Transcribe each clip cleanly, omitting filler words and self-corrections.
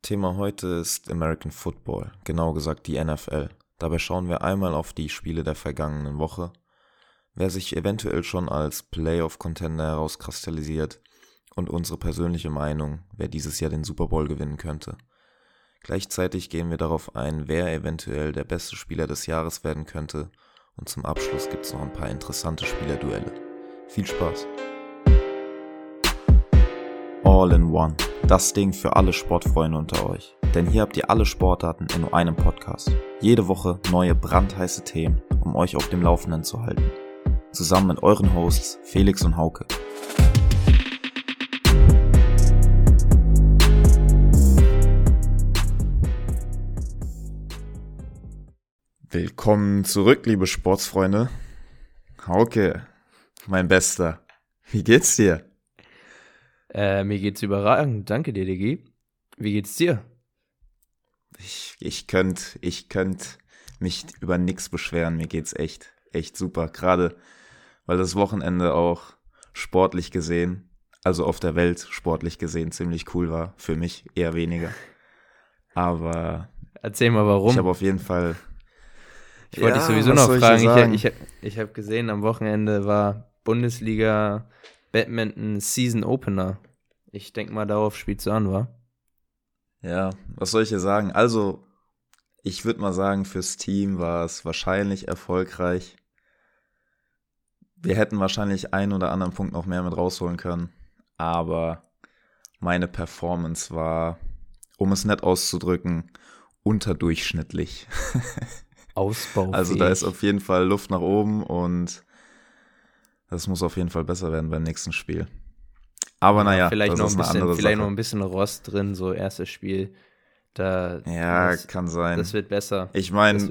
Thema heute ist American Football, genau gesagt die NFL. Dabei schauen wir einmal auf die Spiele der vergangenen Woche, wer sich eventuell schon als Playoff-Contender herauskristallisiert und unsere persönliche Meinung, wer dieses Jahr den Super Bowl gewinnen könnte. Gleichzeitig gehen wir darauf ein, wer eventuell der beste Spieler des Jahres werden könnte, und zum Abschluss gibt es noch ein paar interessante Spielerduelle. Viel Spaß! All in One, das Ding für alle Sportfreunde unter euch. Denn hier habt ihr alle Sportarten in nur einem Podcast. Jede Woche neue brandheiße Themen, um euch auf dem Laufenden zu halten. Zusammen mit euren Hosts Felix und Hauke. Willkommen zurück, liebe Sportsfreunde. Hauke, mein Bester, wie geht's dir? Mir geht's überragend, danke dir, Digi. Wie geht's dir? Ich könnt mich über nichts beschweren, mir geht's echt super. Gerade weil das Wochenende auch sportlich gesehen, also auf der Welt sportlich gesehen, ziemlich cool war. Für mich eher weniger. Aber erzähl mal warum. Ich habe auf jeden Fall... Ich wollte dich sowieso noch fragen. Ich hab gesehen, am Wochenende war Bundesliga Badminton Season Opener. Ich denke mal, darauf spielst du an, wa? Ja, was soll ich dir sagen? Also, ich würde mal sagen, fürs Team war es wahrscheinlich erfolgreich. Wir hätten wahrscheinlich einen oder anderen Punkt noch mehr mit rausholen können. Aber meine Performance war, um es nett auszudrücken, unterdurchschnittlich. Ausbaufähig. Also da ist auf jeden Fall Luft nach oben und das muss auf jeden Fall besser werden beim nächsten Spiel. Aber naja, vielleicht das noch ist eine andere Sache. Vielleicht noch ein bisschen Rost drin, so erstes Spiel. Kann sein. Das wird besser. Ich meine,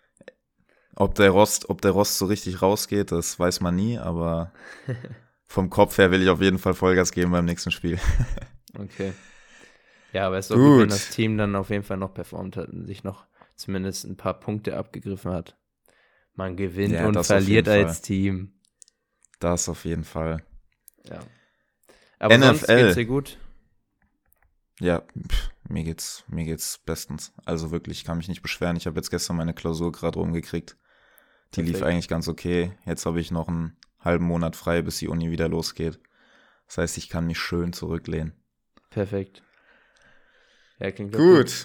ob der Rost so richtig rausgeht, das weiß man nie, aber vom Kopf her will ich auf jeden Fall Vollgas geben beim nächsten Spiel. Okay. Ja, aber es ist doch gut, wenn das Team dann auf jeden Fall noch performt hat und sich noch zumindest ein paar Punkte abgegriffen hat. Man gewinnt und verliert als Team. Das auf jeden Fall. Ja. Aber NFL. Sonst geht's dir gut? Ja, mir geht's bestens. Also wirklich, ich kann mich nicht beschweren. Ich habe jetzt gestern meine Klausur gerade rumgekriegt. Die lief eigentlich ganz okay. Jetzt habe ich noch einen halben Monat frei, bis die Uni wieder losgeht. Das heißt, ich kann mich schön zurücklehnen. Perfekt. Ja, klingt gut.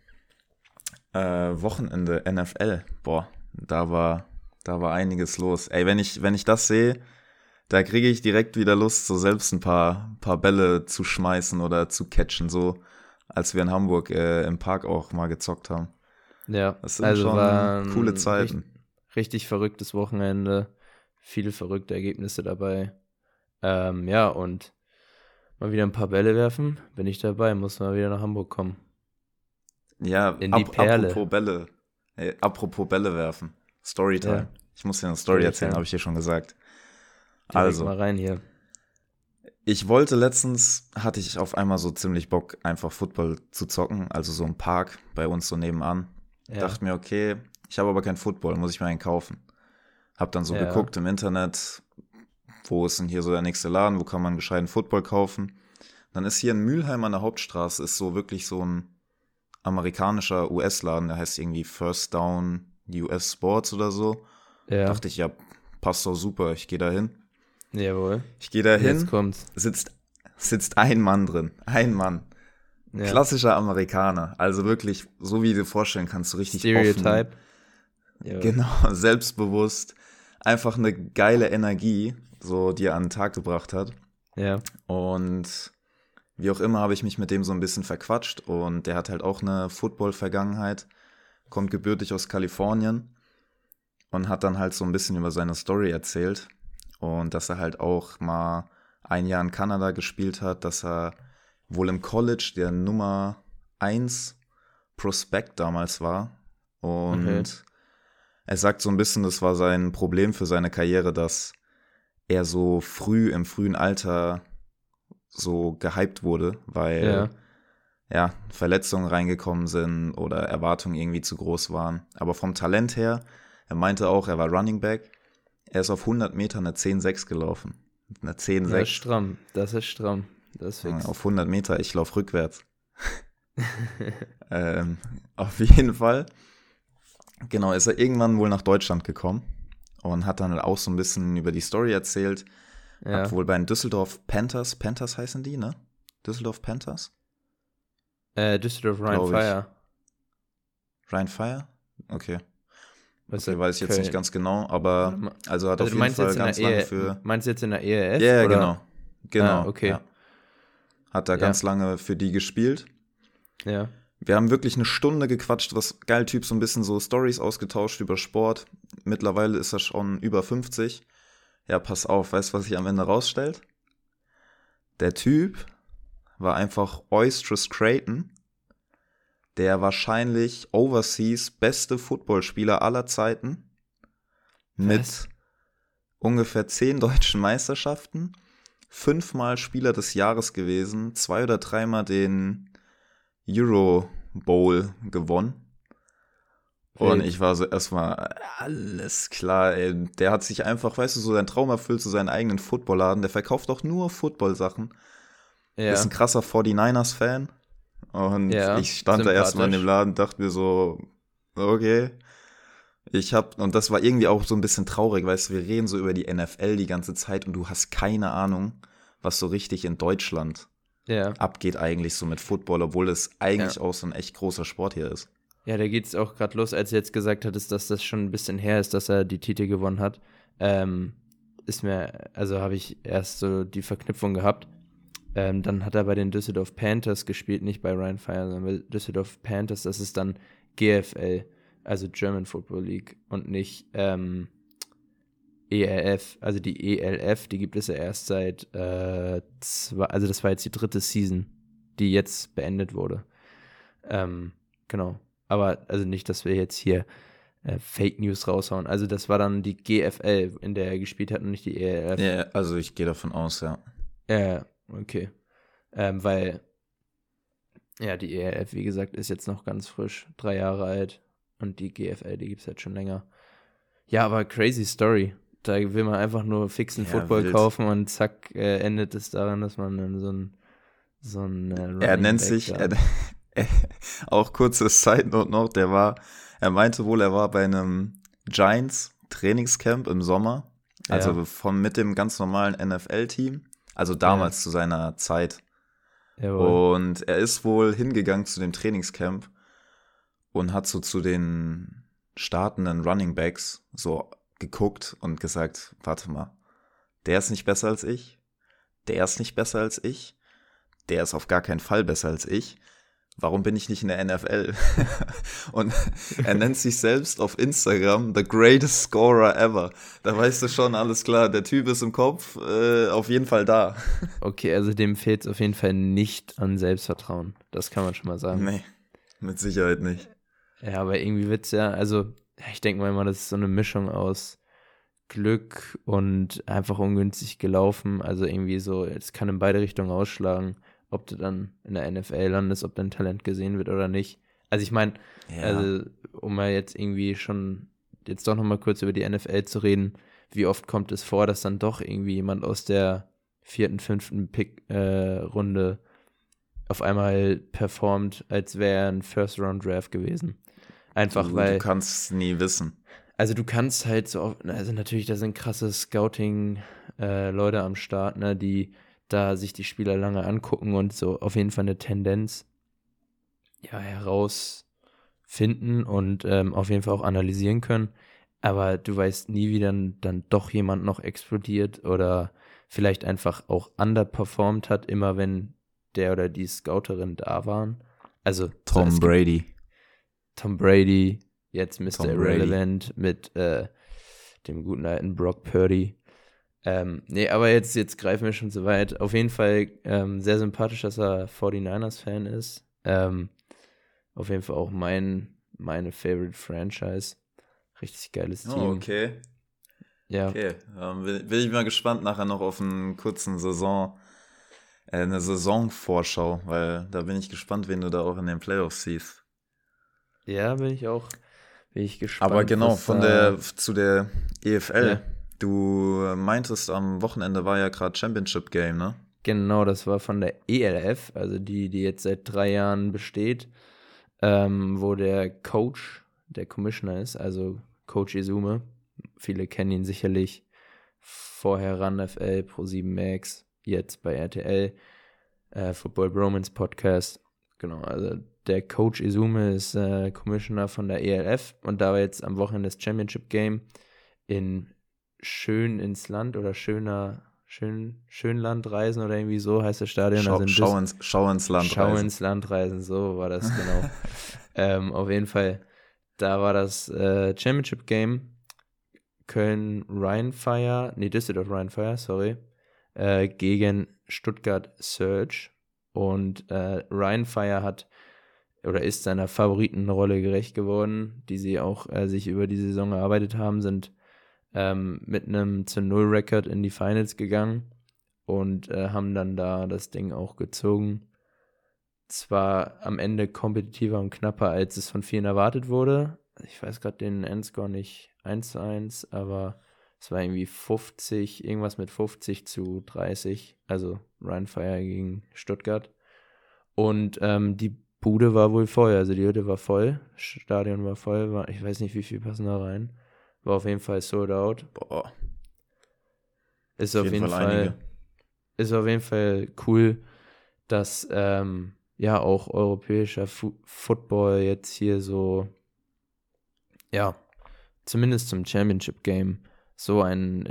Wochenende NFL. Boah, da war einiges los. Ey, wenn ich das sehe, da kriege ich direkt wieder Lust, so selbst ein paar Bälle zu schmeißen oder zu catchen, so als wir in Hamburg im Park auch mal gezockt haben. Ja, das sind schon coole Zeiten. Richtig verrücktes Wochenende, viele verrückte Ergebnisse dabei. Ja, und mal wieder ein paar Bälle werfen, bin ich dabei, muss mal wieder nach Hamburg kommen. Ja, in die Perle. Apropos Bälle werfen. Storytime. Ja. Ich muss dir eine Story erzählen, habe ich dir schon gesagt. Direkt also, mal rein hier. Hatte ich auf einmal so ziemlich Bock, einfach Football zu zocken, also so im Park bei uns so nebenan. Ja. Dachte mir, okay, ich habe aber kein Football, muss ich mir einen kaufen. Hab dann so geguckt im Internet, wo ist denn hier so der nächste Laden, wo kann man gescheiten Football kaufen. Dann ist hier in Mülheim an der Hauptstraße, ist so wirklich so ein amerikanischer US-Laden, der heißt irgendwie First Down US Sports oder so. Ja. Dachte ich, ja, passt doch super, ich gehe da hin. Jawohl. Ich gehe da hin, jetzt kommt's. Sitzt ein Mann drin, ein Mann. Ja. Klassischer Amerikaner, also wirklich, so wie du dir vorstellen kannst, so richtig Stereotype. Offen. Genau, selbstbewusst, einfach eine geile Energie, so die er an den Tag gebracht hat. Ja. Und wie auch immer habe ich mich mit dem so ein bisschen verquatscht und der hat halt auch eine Football-Vergangenheit, kommt gebürtig aus Kalifornien und hat dann halt so ein bisschen über seine Story erzählt und dass er halt auch mal ein Jahr in Kanada gespielt hat, dass er wohl im College der Nummer 1 Prospect damals war und er sagt so ein bisschen, das war sein Problem für seine Karriere, dass er so im frühen Alter so gehypt wurde, weil Verletzungen reingekommen sind oder Erwartungen irgendwie zu groß waren. Aber vom Talent her, er meinte auch, er war Running Back, er ist auf 100 Meter eine 10,6 gelaufen. Eine 10,6. Das ist stramm, das ist fix. Auf 100 Meter, ich laufe rückwärts. Auf jeden Fall, genau, ist er irgendwann wohl nach Deutschland gekommen und hat dann auch so ein bisschen über die Story erzählt. Ja. Hat wohl bei den Düsseldorf Panthers heißen die, ne? Düsseldorf Panthers? Düsseldorf Rhein Fire. Rhein Fire? Okay. Okay, weiß ich jetzt nicht ganz genau, aber also hat auf jeden Fall ganz lange für... Meinst du jetzt in der ELF? Ja, oder? Genau. Okay. Ja. Hat da ganz lange für die gespielt. Ja. Wir haben wirklich eine Stunde gequatscht, was geil Typ, so ein bisschen so Stories ausgetauscht über Sport. Mittlerweile ist er schon über 50. Ja, pass auf, weißt du, was sich am Ende rausstellt? Der Typ war einfach Oystris Creighton, der wahrscheinlich overseas beste Footballspieler aller Zeiten mit ungefähr 10 deutschen Meisterschaften, 5-mal Spieler des Jahres gewesen, 2 oder 3-mal den Euro Bowl gewonnen. Und ich war so erstmal, alles klar, ey. Der hat sich einfach, weißt du, so seinen Traum erfüllt, so seinen eigenen Footballladen. Der verkauft auch nur Football-Sachen. Ja. Ist ein krasser 49ers-Fan. Und ich stand da erstmal in dem Laden, dachte mir so, okay. Und das war irgendwie auch so ein bisschen traurig, weißt du, wir reden so über die NFL die ganze Zeit und du hast keine Ahnung, was so richtig in Deutschland abgeht eigentlich so mit Football, obwohl es eigentlich auch so ein echt großer Sport hier ist. Ja, da geht's auch gerade los, als du jetzt gesagt hattest, dass das schon ein bisschen her ist, dass er die Titel gewonnen hat. Habe ich erst so die Verknüpfung gehabt. Dann hat er bei den Düsseldorf Panthers gespielt, nicht bei Rhein Fire, sondern bei Düsseldorf Panthers. Das ist dann GFL, also German Football League und nicht ELF. Also die ELF, die gibt es ja erst seit das war jetzt die 3. Season, die jetzt beendet wurde. Genau. Aber also nicht, dass wir jetzt hier Fake News raushauen. Also das war dann die GFL, in der er gespielt hat und nicht die ELF. Ja, also ich gehe davon aus, ja. Ja, okay. Weil, ja, die ELF, wie gesagt, ist jetzt noch ganz frisch, 3 Jahre alt. Und die GFL, die gibt es jetzt schon länger. Ja, aber crazy Story. Da will man einfach nur fixen Football kaufen und zack, endet es daran, dass man dann so ein er nennt sich, auch kurze Side Note noch, er meinte wohl, er war bei einem Giants Trainingscamp im Sommer, also mit dem ganz normalen NFL-Team, also damals zu seiner Zeit. Jawohl. Und er ist wohl hingegangen zu dem Trainingscamp und hat so zu den startenden Running Backs so geguckt und gesagt, warte mal, der ist nicht besser als ich, der ist nicht besser als ich, der ist auf gar keinen Fall besser als ich. Warum bin ich nicht in der NFL? Und er nennt sich selbst auf Instagram the greatest scorer ever. Da weißt du schon, alles klar, der Typ ist im Kopf auf jeden Fall da. Okay, also dem fehlt es auf jeden Fall nicht an Selbstvertrauen. Das kann man schon mal sagen. Nee, mit Sicherheit nicht. Ja, aber irgendwie wird's also ich denke mal immer, das ist so eine Mischung aus Glück und einfach ungünstig gelaufen. Also irgendwie so, es kann in beide Richtungen ausschlagen, ob du dann in der NFL landest, ob dein Talent gesehen wird oder nicht. Also ich meine, also, um mal jetzt irgendwie schon, jetzt doch nochmal kurz über die NFL zu reden, wie oft kommt es vor, dass dann doch irgendwie jemand aus der 4., 5. Pick-Runde auf einmal performt, als wäre er ein First-Round-Draft gewesen. Einfach weil... Du kannst nie wissen. Also du kannst halt so, also natürlich, da sind krasse Scouting-Leute am Start, ne, die da sich die Spieler lange angucken und so auf jeden Fall eine Tendenz herausfinden und auf jeden Fall auch analysieren können. Aber du weißt nie, wie dann doch jemand noch explodiert oder vielleicht einfach auch underperformed hat, immer wenn der oder die Scouterin da waren. Also Tom Brady, jetzt Mr. Irrelevant mit dem guten alten Brock Purdy. Nee, aber jetzt greifen wir schon zu weit. Auf jeden Fall sehr sympathisch, dass er 49ers-Fan ist. Auf jeden Fall auch meine Favorite Franchise. Richtig geiles Team. Oh, okay. Ja. Okay, bin ich mal gespannt nachher noch auf einen kurzen eine Saisonvorschau, weil da bin ich gespannt, wen du da auch in den Playoffs siehst. Ja, bin ich gespannt. Aber genau, zu der EFL. Ja. Du meintest, am Wochenende war ja gerade Championship Game, ne? Genau, das war von der ELF, also die jetzt seit 3 Jahren besteht, wo der Coach, der Commissioner ist, also Coach Izume. Viele kennen ihn sicherlich. Vorher RAN FL, Pro7 Max, jetzt bei RTL, Football Bromance Podcast. Genau, also der Coach Izume ist Commissioner von der ELF und da war jetzt am Wochenende das Championship Game in Schön ins Land oder Schönland reisen oder irgendwie so heißt das Stadion. Schau ins Land Schau reisen. ins Land reisen, so war das genau. Auf jeden Fall, da war das Championship Game. Düsseldorf Rheinfire, sorry, gegen Stuttgart Surge. Und Rheinfire hat oder ist seiner Favoritenrolle gerecht geworden, die sie auch sich über die Saison erarbeitet haben, sind mit einem 0-Record in die Finals gegangen und haben dann da das Ding auch gezogen. Zwar am Ende kompetitiver und knapper, als es von vielen erwartet wurde. Ich weiß gerade den Endscore nicht 1:1, aber es war irgendwie 50, irgendwas mit 50-30, also Rheinfire gegen Stuttgart. Und die Bude war wohl voll, also die Hütte war voll, Stadion war voll, ich weiß nicht, wie viel passen da rein. War auf jeden Fall sold out. Boah. Ist auf jeden Fall cool, dass auch europäischer Football jetzt hier so, ja, zumindest zum Championship Game so einen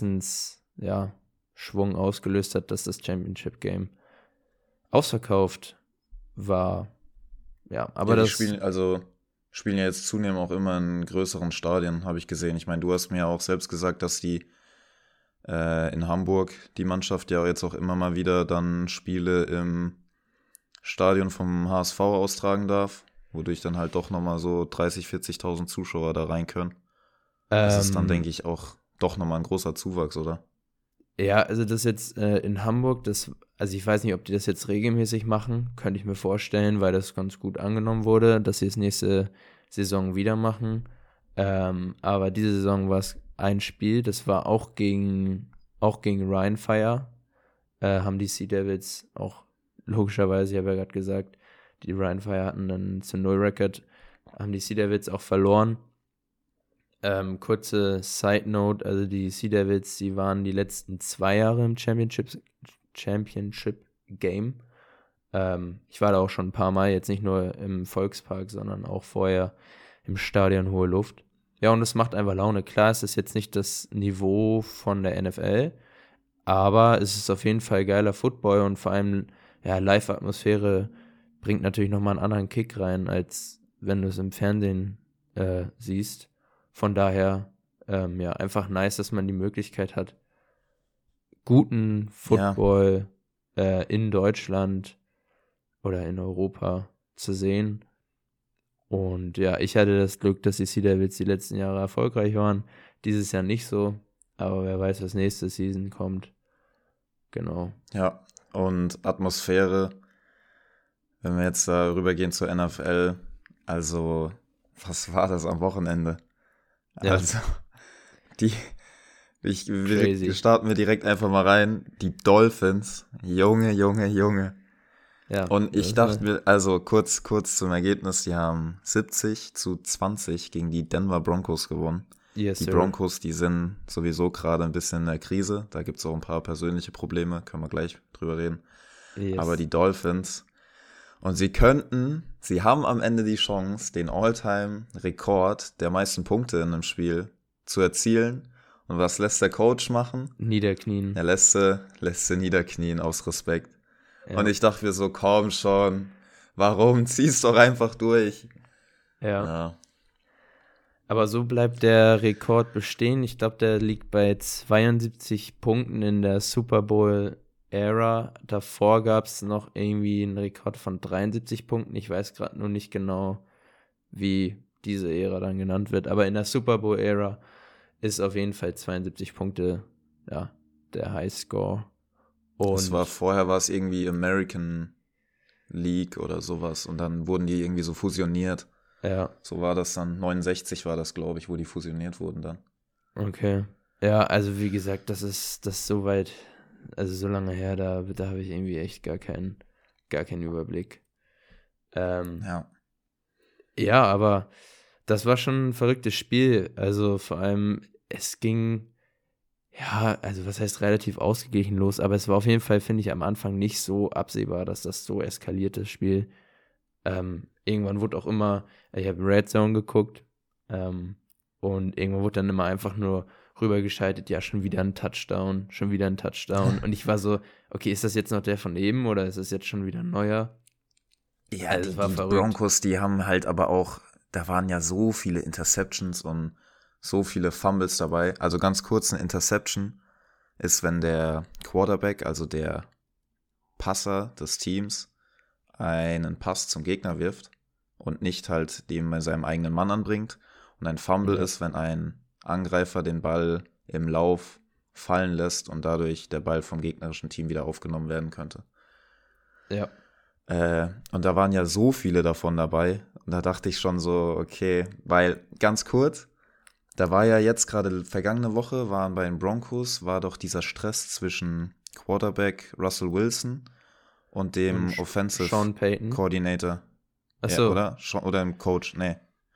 Schwung ausgelöst hat, dass das Championship Game ausverkauft war. Ja, aber ja, das spielen ja jetzt zunehmend auch immer in größeren Stadien, habe ich gesehen. Ich meine, du hast mir ja auch selbst gesagt, dass die in Hamburg, die Mannschaft ja jetzt auch immer mal wieder dann Spiele im Stadion vom HSV austragen darf, wodurch dann halt doch nochmal so 30.000, 40.000 Zuschauer da rein können. Das ist dann, denke ich, auch doch nochmal ein großer Zuwachs, oder? Ja, also das jetzt in Hamburg, also ich weiß nicht, ob die das jetzt regelmäßig machen, könnte ich mir vorstellen, weil das ganz gut angenommen wurde, dass sie es nächste Saison wieder machen. Aber diese Saison war es ein Spiel, das war auch gegen Rheinfire, haben die Sea Devils auch logischerweise, ich habe ja gerade gesagt, die Rheinfire hatten dann zu 0-Record, haben die Sea Devils auch verloren. Kurze Side Note, also die Sea Devils, die waren die letzten 2 Jahre im Championship Game. Ich war da auch schon ein paar Mal, jetzt nicht nur im Volkspark, sondern auch vorher im Stadion Hohe Luft. Ja, und es macht einfach Laune. Klar, es ist jetzt nicht das Niveau von der NFL, aber es ist auf jeden Fall geiler Football und vor allem, ja, Live-Atmosphäre bringt natürlich nochmal einen anderen Kick rein, als wenn du es im Fernsehen siehst. Von daher, einfach nice, dass man die Möglichkeit hat, guten Football in Deutschland oder in Europa zu sehen. Und ja, ich hatte das Glück, dass die Sea Devils die letzten Jahre erfolgreich waren. Dieses Jahr nicht so, aber wer weiß, was nächste Season kommt. Genau. Ja, und Atmosphäre, wenn wir jetzt da rübergehen zur NFL, also, was war das am Wochenende? Ja. Also, wir starten wir direkt einfach mal rein. Die Dolphins, Junge. Ja, und ich dachte mir, also kurz zum Ergebnis, die haben 70-20 gegen die Denver Broncos gewonnen. Yes, die sir. Broncos, die sind sowieso gerade ein bisschen in der Krise. Da gibt es auch ein paar persönliche Probleme, können wir gleich drüber reden. Yes. Aber die Dolphins, und sie haben am Ende die Chance, den All-Time-Rekord der meisten Punkte in einem Spiel zu erzielen. Und was lässt der Coach machen? Niederknien. Er lässt sie niederknien aus Respekt. Ja. Und ich dachte mir so, komm schon, warum? Zieh's doch einfach durch. Ja. Aber so bleibt der Rekord bestehen. Ich glaube, der liegt bei 72 Punkten in der Super Bowl-Ära. Davor gab es noch irgendwie einen Rekord von 73 Punkten. Ich weiß gerade nur nicht genau, wie diese Ära dann genannt wird. Aber in der Super Bowl-Ära ist auf jeden Fall 72 Punkte, ja, der Highscore. Und Vorher war es irgendwie American League oder sowas. Und dann wurden die irgendwie so fusioniert. Ja. So war das dann, 69 war das, glaube ich, wo die fusioniert wurden dann. Okay. Ja, also wie gesagt, das ist so weit also so lange her, da habe ich irgendwie echt gar keinen Überblick. Ja. Ja, aber das war schon ein verrücktes Spiel. Also vor allem, es ging, ja, also was heißt relativ ausgeglichen los, aber es war auf jeden Fall, finde ich, am Anfang nicht so absehbar, dass das so eskaliert, das Spiel. Irgendwann wurde auch immer, ich habe Red Zone geguckt, und irgendwann wurde dann immer einfach nur rübergeschaltet, ja, schon wieder ein Touchdown, schon wieder ein Touchdown. Und ich war so, okay, ist das jetzt noch der von eben oder ist es jetzt schon wieder ein neuer? Ja, Also es war die verrückt. Broncos, die haben halt aber auch, da waren ja so viele Interceptions und so viele Fumbles dabei. Also ganz kurz, eine Interception ist, wenn der Quarterback, also der Passer des Teams, einen Pass zum Gegner wirft und nicht halt den bei seinem eigenen Mann anbringt. Und ein Fumble Ja. ist, wenn ein Angreifer den Ball im Lauf fallen lässt und dadurch der Ball vom gegnerischen Team wieder aufgenommen werden könnte. Ja. Und da waren ja so viele davon dabei. Und da dachte ich schon so, okay, weil ganz kurz, da war ja jetzt gerade vergangene Woche, waren bei den Broncos, war doch dieser Stress zwischen Quarterback Russell Wilson und dem Und Offensive Sean Payton. Coordinator. Ja, Achso, oder? Oder im Coach, nee.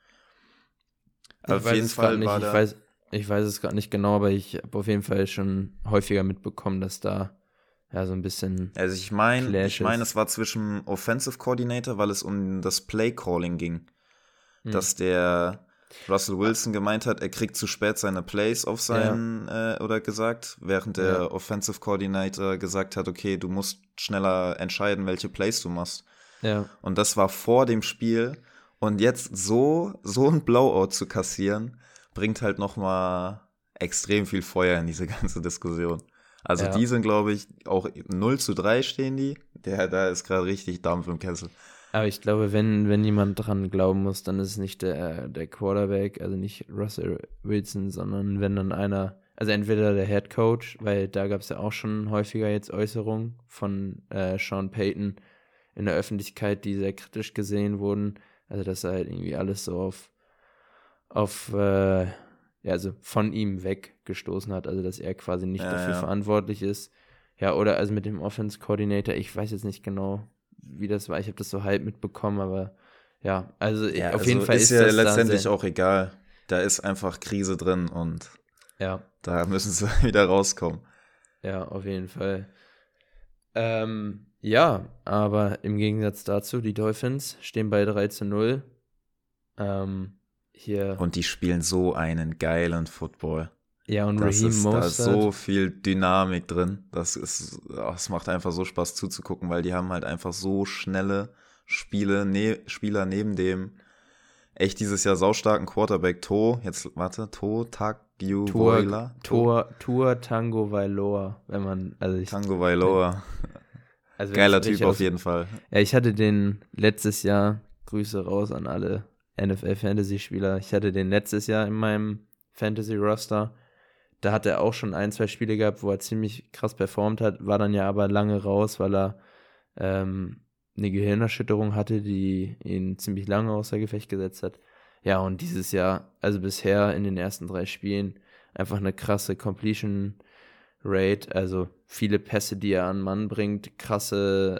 ich Auf weiß jeden es gerade Fall nicht. war da. Ich weiß es gerade nicht genau, aber ich habe auf jeden Fall schon häufiger mitbekommen, dass da ja so ein bisschen Also ich meine, Clash ist. es war zwischen Offensive Coordinator, weil es um das Play Calling ging. Hm. Dass der Russell Wilson gemeint hat, er kriegt zu spät seine Plays auf seinen, oder gesagt, während der Ja. Offensive Coordinator gesagt hat, okay, du musst schneller entscheiden, welche Plays du machst. Ja. Und das war vor dem Spiel. Und jetzt so ein Blowout zu kassieren, bringt halt nochmal extrem viel Feuer in diese ganze Diskussion. Also Ja. die sind, glaube ich, auch 0-3 stehen die. Da ist gerade richtig Dampf im Kessel. Aber ich glaube, wenn jemand dran glauben muss, dann ist es nicht der Quarterback, also nicht Russell Wilson, sondern wenn dann einer, also entweder der Head Coach, weil da gab es ja auch schon häufiger jetzt Äußerungen von Sean Payton in der Öffentlichkeit, die sehr kritisch gesehen wurden. Also dass er halt irgendwie alles so ja, also von ihm weggestoßen hat, also dass er quasi nicht dafür verantwortlich ist. Ja, oder also mit dem Offense Coordinator, ich weiß jetzt nicht genau, wie das war, ich habe das so halb mitbekommen, aber ja, also Ja, auf jeden Fall ist ist ja das letztendlich da auch egal. Da ist einfach Krise drin und ja, da müssen sie wieder rauskommen. ja, auf jeden Fall. Ja, aber im Gegensatz dazu, die Dolphins stehen bei 3-0. Hier. Und die spielen so einen geilen Football. Ja, und Da Raheem ist Mostert. so viel Dynamik drin. Es macht einfach so Spaß zuzugucken, weil die haben halt einfach so schnelle Spieler neben dem echt dieses Jahr saustarken Quarterback Tua Tagovailoa. Tua Tango Vailoa, wenn man, also Tagovailoa. also Geiler Typ auf jeden Fall. Ja, ich hatte den letztes Jahr, Grüße raus an alle NFL-Fantasy-Spieler, ich hatte den letztes Jahr in meinem Fantasy-Roster. Da hat er auch schon 1-2 Spiele gehabt, wo er ziemlich krass performt hat, war dann ja aber lange raus, weil er eine Gehirnerschütterung hatte, die ihn ziemlich lange außer Gefecht gesetzt hat. Ja, und dieses Jahr, also bisher in den ersten 3 Spielen, einfach eine krasse Completion Rate, also viele Pässe, die er an Mann bringt, krasse,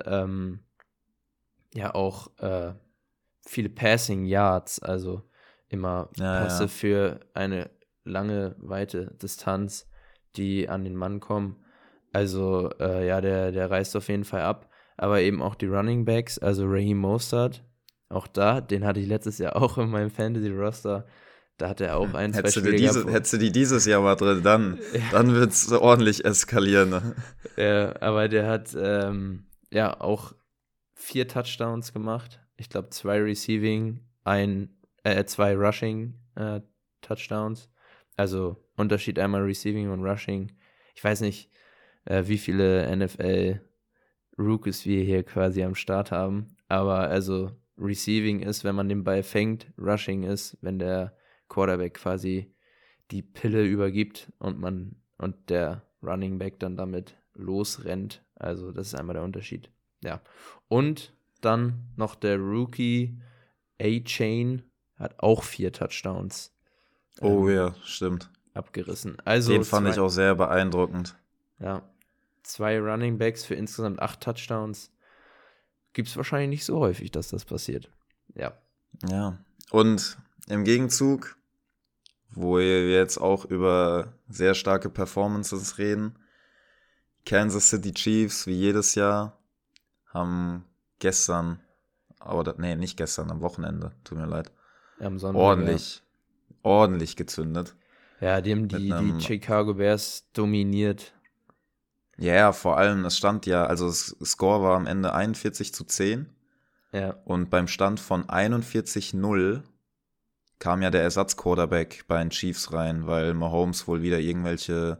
ja auch viele Passing Yards, also immer Pässe für eine lange, weite Distanz, die an den Mann kommen. Also ja, der reißt auf jeden Fall ab. Aber eben auch die Running Backs, also Raheem Mostert, auch da, den hatte ich letztes Jahr auch in meinem Fantasy-Roster. Da hat er auch 1-2 Spiele gehabt. Hättest du die dieses Jahr mal drin, dann wird es ordentlich eskalieren. Ne? Ja, aber der hat ja auch 4 Touchdowns gemacht. Ich glaube 2 Receiving, 2 Rushing Touchdowns. Also Unterschied einmal Receiving und Rushing. Ich weiß nicht, wie viele NFL-Rookies wir hier quasi am Start haben. Aber also Receiving ist, wenn man den Ball fängt. Rushing ist, wenn der Quarterback quasi die Pille übergibt und der Running Back dann damit losrennt. Also das ist einmal der Unterschied. Ja. Und dann noch der Rookie A-Chain hat auch 4 Touchdowns. Oh ja, stimmt. Abgerissen. Also den fand ich auch sehr beeindruckend. Ja. 2 Running Backs für insgesamt 8 Touchdowns. Gibt es wahrscheinlich nicht so häufig, dass das passiert. Ja. Ja, und im Gegenzug, wo wir jetzt auch über sehr starke Performances reden, Kansas City Chiefs, wie jedes Jahr, haben gestern, nicht gestern, am Wochenende, tut mir leid, Am Sonntag, ordentlich gezündet. Ja, die haben die Chicago Bears dominiert. Ja, vor allem, es stand ja, also das Score war am Ende 41-10. Ja. Und beim Stand von 41-0 kam ja der Ersatzquarterback bei den Chiefs rein, weil Mahomes wohl wieder irgendwelche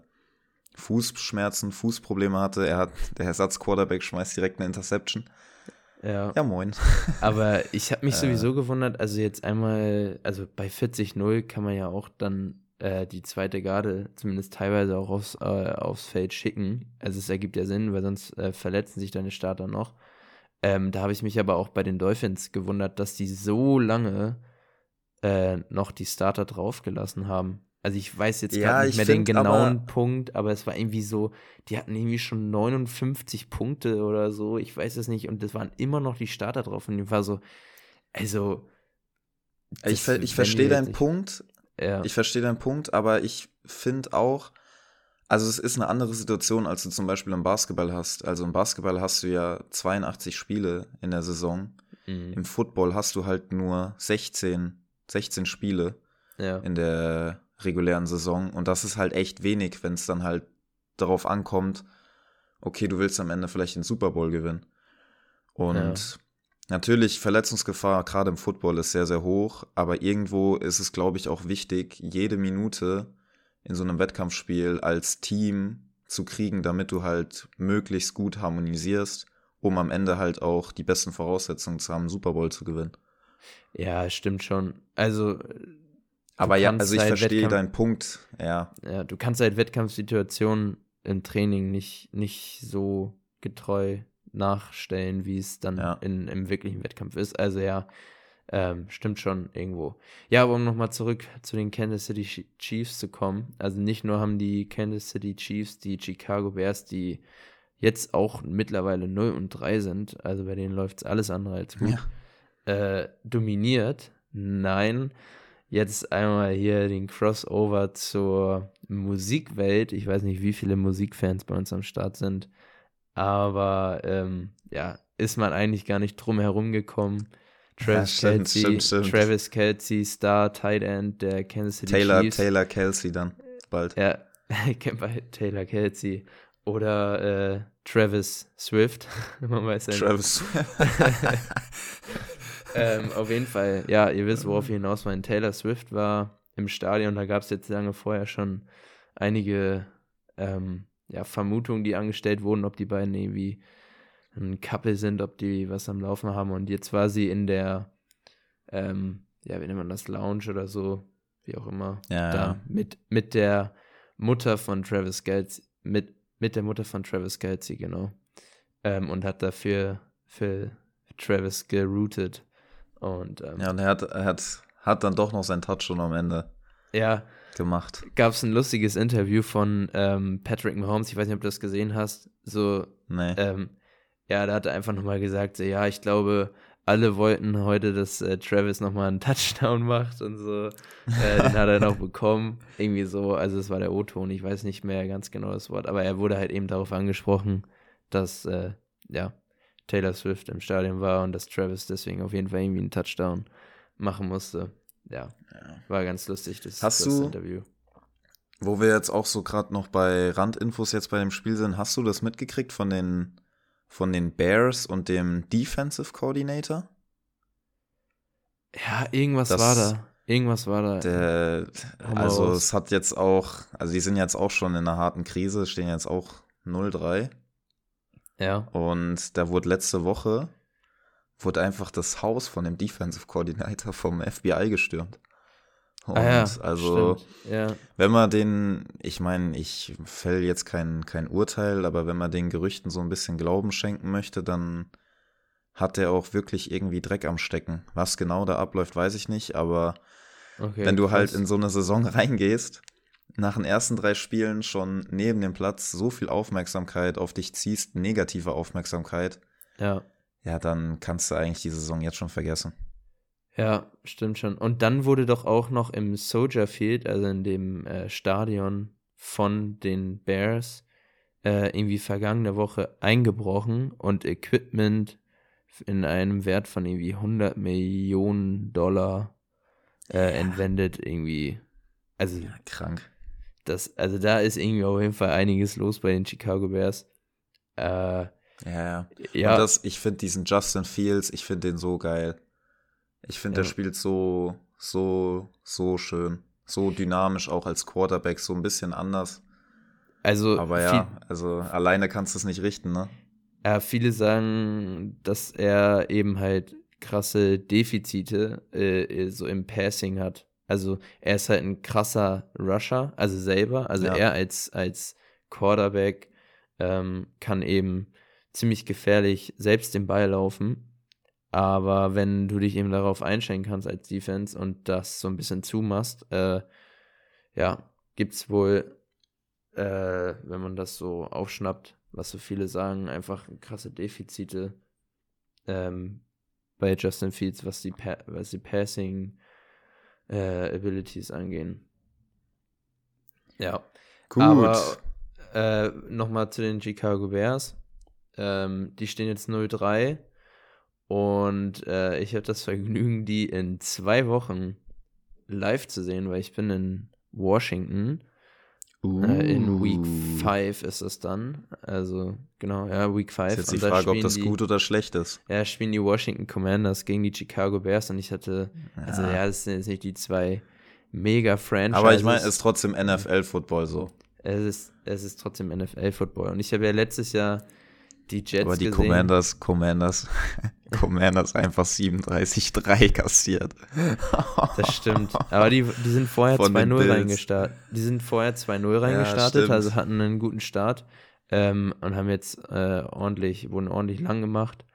Fußprobleme hatte. Der Ersatzquarterback schmeißt direkt eine Interception. Ja, moin. Aber ich habe mich sowieso gewundert, also jetzt einmal, also bei 40-0 kann man ja auch dann die zweite Garde zumindest teilweise auch aufs Feld schicken. Also es ergibt ja Sinn, weil sonst verletzen sich deine Starter noch. Da habe ich mich aber auch bei den Dolphins gewundert, dass die so lange noch die Starter draufgelassen haben. Also ich weiß jetzt gerade nicht mehr den genauen Punkt, aber es war irgendwie so, die hatten irgendwie schon 59 Punkte oder so, ich weiß es nicht, und das waren immer noch die Starter drauf und ich war so, also ich verstehe deinen Punkt, ja. Ich verstehe deinen Punkt, aber ich finde auch, also es ist eine andere Situation, als du zum Beispiel im Basketball hast. Also im Basketball hast du ja 82 Spiele in der Saison. Im Football hast du halt nur 16 Spiele in der regulären Saison. Und das ist halt echt wenig, wenn es dann halt darauf ankommt, okay, du willst am Ende vielleicht den Super Bowl gewinnen. Und natürlich, Verletzungsgefahr, gerade im Football, ist sehr, sehr hoch. Aber irgendwo ist es, glaube ich, auch wichtig, jede Minute in so einem Wettkampfspiel als Team zu kriegen, damit du halt möglichst gut harmonisierst, um am Ende halt auch die besten Voraussetzungen zu haben, Super Bowl zu gewinnen. Ja, stimmt schon. Also aber ja, also ich verstehe deinen Punkt, ja. Ja, du kannst halt Wettkampfsituationen im Training nicht so getreu nachstellen, wie es dann im wirklichen Wettkampf ist. Also ja, stimmt schon irgendwo. Ja, aber um nochmal zurück zu den Kansas City Chiefs zu kommen. Also nicht nur haben die Kansas City Chiefs die Chicago Bears, die jetzt auch mittlerweile 0-3 sind, also bei denen läuft es alles andere als gut, dominiert. Nein, jetzt einmal hier den Crossover zur Musikwelt. Ich weiß nicht, wie viele Musikfans bei uns am Start sind, aber ist man eigentlich gar nicht drum herum gekommen. Travis Kelce, Star, Tight End der Kansas City Chiefs. Taylor Kelce dann bald. Ja, Taylor Kelce. Oder Travis Swift. Man weiß ja Travis Swift. Auf jeden Fall, ja, ihr wisst, worauf ich hinaus meine. Taylor Swift war im Stadion, da gab es jetzt lange vorher schon einige Vermutungen, die angestellt wurden, ob die beiden irgendwie ein Couple sind, ob die was am Laufen haben. Und jetzt war sie in der, wie nennt man das, Lounge oder so, wie auch immer, mit der Mutter von Travis Kelce, mit der Mutter von Travis Kelce, genau. Und hat dafür für Travis geroutet. Und, und er hat dann doch noch seinen Touch schon am Ende gemacht. Gab es ein lustiges Interview von Patrick Mahomes, ich weiß nicht, ob du das gesehen hast, so, nee. Da hat er einfach nochmal gesagt, so, ja, ich glaube, alle wollten heute, dass Travis nochmal einen Touchdown macht und so. Den hat er noch bekommen. Irgendwie so, also es war der O-Ton, ich weiß nicht mehr ganz genau das Wort, aber er wurde halt eben darauf angesprochen, dass, Taylor Swift im Stadion war und dass Travis deswegen auf jeden Fall irgendwie einen Touchdown machen musste. Ja. War ganz lustig, das Interview. Wo wir jetzt auch so gerade noch bei Randinfos jetzt bei dem Spiel sind, hast du das mitgekriegt von den Bears und dem Defensive Coordinator? Ja, irgendwas war da. Also es hat jetzt auch, also die sind jetzt auch schon in einer harten Krise, stehen jetzt auch 0-3. Ja. Und da wurde letzte Woche einfach das Haus von dem Defensive Coordinator vom FBI gestürmt. Und also, wenn man ich meine, ich fälle jetzt kein Urteil, aber wenn man den Gerüchten so ein bisschen Glauben schenken möchte, dann hat der auch wirklich irgendwie Dreck am Stecken. Was genau da abläuft, weiß ich nicht, aber wenn du halt in so eine Saison reingehst nach den ersten 3 Spielen schon neben dem Platz so viel Aufmerksamkeit auf dich ziehst, negative Aufmerksamkeit, Ja. ja, dann kannst du eigentlich die Saison jetzt schon vergessen. Ja, stimmt schon. Und dann wurde doch auch noch im Soldier Field, also in dem Stadion von den Bears, irgendwie vergangene Woche eingebrochen und Equipment in einem Wert von irgendwie 100 Millionen Dollar entwendet irgendwie. Also Ja, krank. also da ist irgendwie auf jeden Fall einiges los bei den Chicago Bears. Ja. Ja. Und ich finde diesen Justin Fields, ich finde den so geil. Ich finde, der spielt so schön. So dynamisch auch als Quarterback, so ein bisschen anders. Also Aber ja, also alleine kannst du es nicht richten, ne? viele sagen, dass er eben halt krasse Defizite so im Passing hat. Also er ist halt ein krasser Rusher, also selber. Also er als Quarterback kann eben ziemlich gefährlich selbst den Ball laufen. Aber wenn du dich eben darauf einstellen kannst als Defense und das so ein bisschen zumachst, gibt's wohl, wenn man das so aufschnappt, was so viele sagen, einfach krasse Defizite bei Justin Fields, was die Passing Abilities angehen. Ja. Gut. Aber nochmal zu den Chicago Bears. Die stehen jetzt 0-3 und ich habe das Vergnügen, die in 2 Wochen live zu sehen, weil ich bin in Washington. In Week 5 ist es dann. Also, genau, ja, Week 5. Ist jetzt die Frage, ob das gut oder schlecht ist. Ja, spielen die Washington Commanders gegen die Chicago Bears und ich hatte, das sind jetzt nicht die 2 Mega-Franchises. Aber ich meine, es ist trotzdem NFL-Football so. Es ist trotzdem NFL-Football. Und ich habe ja letztes Jahr die Jets gesehen. Aber die Commanders einfach 37-3 kassiert. Das stimmt. Aber die sind vorher 2-0 reingestartet. Reingestartet, also hatten einen guten Start und haben jetzt wurden ordentlich lang gemacht.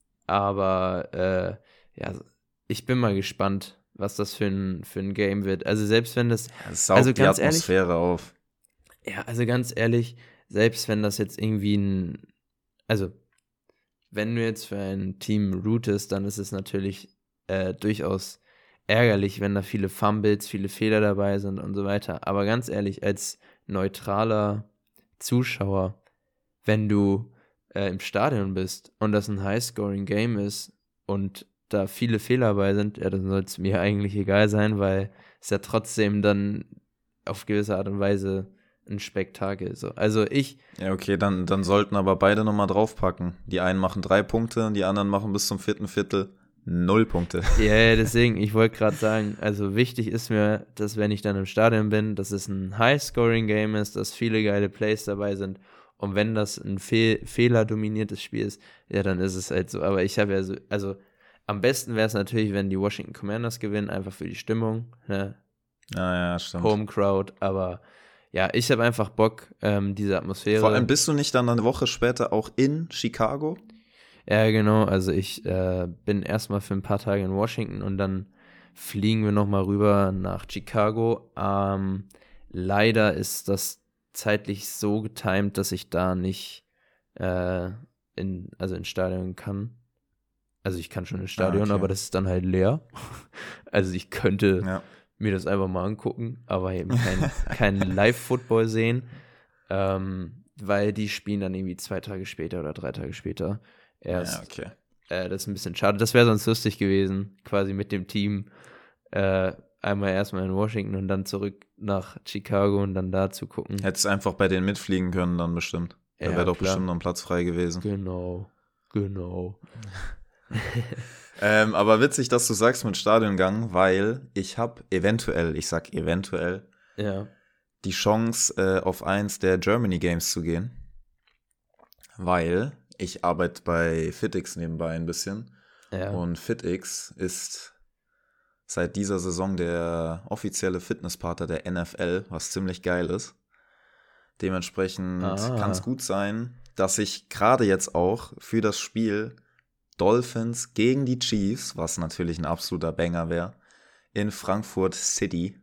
Aber ich bin mal gespannt, was das für ein Game wird. Also selbst wenn das saugt die Atmosphäre auf. Ja, also ganz ehrlich, selbst wenn das jetzt irgendwie wenn du jetzt für ein Team rootest, dann ist es natürlich durchaus ärgerlich, wenn da viele Fumbles, viele Fehler dabei sind und so weiter. Aber ganz ehrlich, als neutraler Zuschauer, wenn du im Stadion bist und das ein High-Scoring-Game ist und da viele Fehler dabei sind, ja, dann soll es mir eigentlich egal sein, weil es ja trotzdem dann auf gewisse Art und Weise ein Spektakel. So. Also Ja, okay, dann sollten aber beide nochmal draufpacken. Die einen machen 3 Punkte, die anderen machen bis zum 4. Viertel 0 Punkte. Ja, deswegen, ich wollte gerade sagen, also wichtig ist mir, dass wenn ich dann im Stadion bin, dass es ein High-Scoring-Game ist, dass viele geile Plays dabei sind. Und wenn das ein fehlerdominiertes Spiel ist, ja, dann ist es halt so. Aber ich habe ja also am besten wäre es natürlich, wenn die Washington Commanders gewinnen, einfach für die Stimmung. Ne? Ja, stimmt. Home Crowd, aber ja, ich habe einfach Bock, diese Atmosphäre. Vor allem bist du nicht dann eine Woche später auch in Chicago? Ja, genau. Also ich bin erstmal für ein paar Tage in Washington und dann fliegen wir nochmal rüber nach Chicago. Leider ist das zeitlich so getimt, dass ich da nicht ins Stadion kann. Also ich kann schon ins Stadion, okay. aber das ist dann halt leer. Also ich könnte mir das einfach mal angucken, aber eben kein Live-Football sehen, weil die spielen dann irgendwie 2 Tage später oder 3 Tage später erst. Ja, okay. Das ist ein bisschen schade. Das wäre sonst lustig gewesen, quasi mit dem Team einmal erstmal in Washington und dann zurück nach Chicago und dann da zu gucken. Hättest einfach bei denen mitfliegen können dann bestimmt. Da wäre doch bestimmt noch ein Platz frei gewesen. Genau. Aber witzig, dass du sagst mit Stadiongang, weil ich habe eventuell die Chance, auf eins der Germany Games zu gehen, weil ich arbeite bei FitX nebenbei ein bisschen und FitX ist seit dieser Saison der offizielle Fitnesspartner der NFL, was ziemlich geil ist. Dementsprechend kann es gut sein, dass ich gerade jetzt auch für das Spiel Dolphins gegen die Chiefs, was natürlich ein absoluter Banger wäre, in Frankfurt City,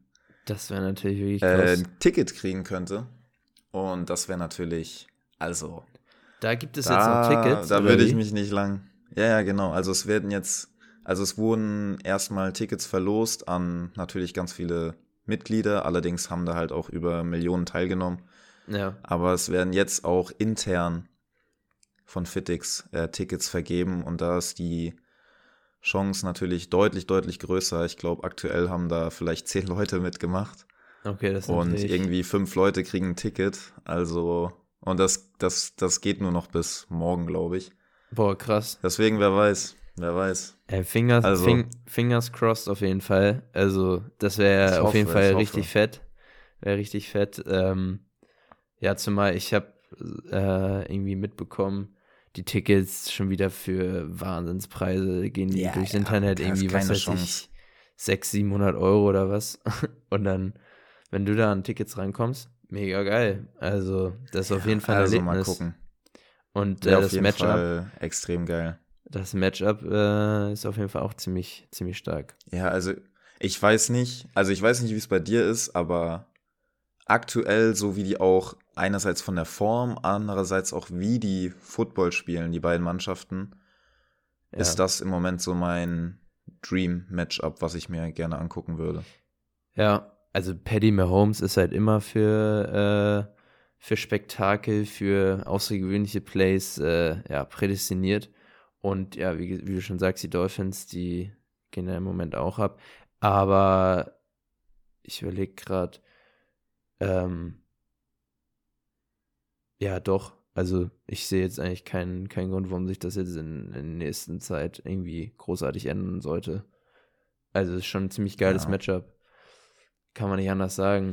Das wäre natürlich wirklich krass. ein Ticket kriegen könnte. Und das wäre natürlich, also, Da gibt es jetzt noch Tickets, da oder würde ich wie? mich nicht lang. Ja, genau. Also es wurden erstmal Tickets verlost an natürlich ganz viele Mitglieder. Allerdings haben da halt auch über Millionen teilgenommen. Ja, Aber es werden jetzt auch intern von Fitix Tickets vergeben und da ist die Chance natürlich deutlich, deutlich größer. Ich glaube, aktuell haben da vielleicht 10 Leute mitgemacht okay, das ist und natürlich. irgendwie 5 Leute kriegen ein Ticket. Also, und das geht nur noch bis morgen, glaube ich. Boah, krass. Deswegen, wer weiß. Ey, Also, Fingers crossed auf jeden Fall. Also, das ich wäre auf jeden hoffe, Fall ich richtig hoffe. fett. Wäre richtig fett. Ja, zumal ich habe irgendwie mitbekommen, die Tickets schon wieder für Wahnsinnspreise gehen die Ja, durchs ja, Internet, da ist irgendwie, was keine weiß Chance. ich, 600, 700 Euro oder was. Und dann, wenn du da an Tickets rankommst, mega geil. Also, das ist auf jeden Ja, Fall ein also mal Erlebnis. gucken. Und Wäre auf jeden Fall extrem geil. das Matchup ist auf jeden Fall auch ziemlich, ziemlich stark. Ja, also ich weiß nicht, wie es bei dir ist, aber aktuell, so wie die auch einerseits von der Form, andererseits auch wie die Football spielen, die beiden Mannschaften, Ja. ist das im Moment so mein Dream-Matchup, was ich mir gerne angucken würde. Ja, also Paddy Mahomes ist halt immer für Spektakel, für außergewöhnliche Plays ja, prädestiniert. Und ja, wie du schon sagst, die Dolphins, die gehen ja im Moment auch ab. Aber ich überlege gerade, ähm, ja doch, also ich sehe jetzt eigentlich keinen Grund, warum sich das jetzt in der nächsten Zeit irgendwie großartig ändern sollte. Also es ist schon ein ziemlich geiles Ja. Matchup. Kann man nicht anders sagen.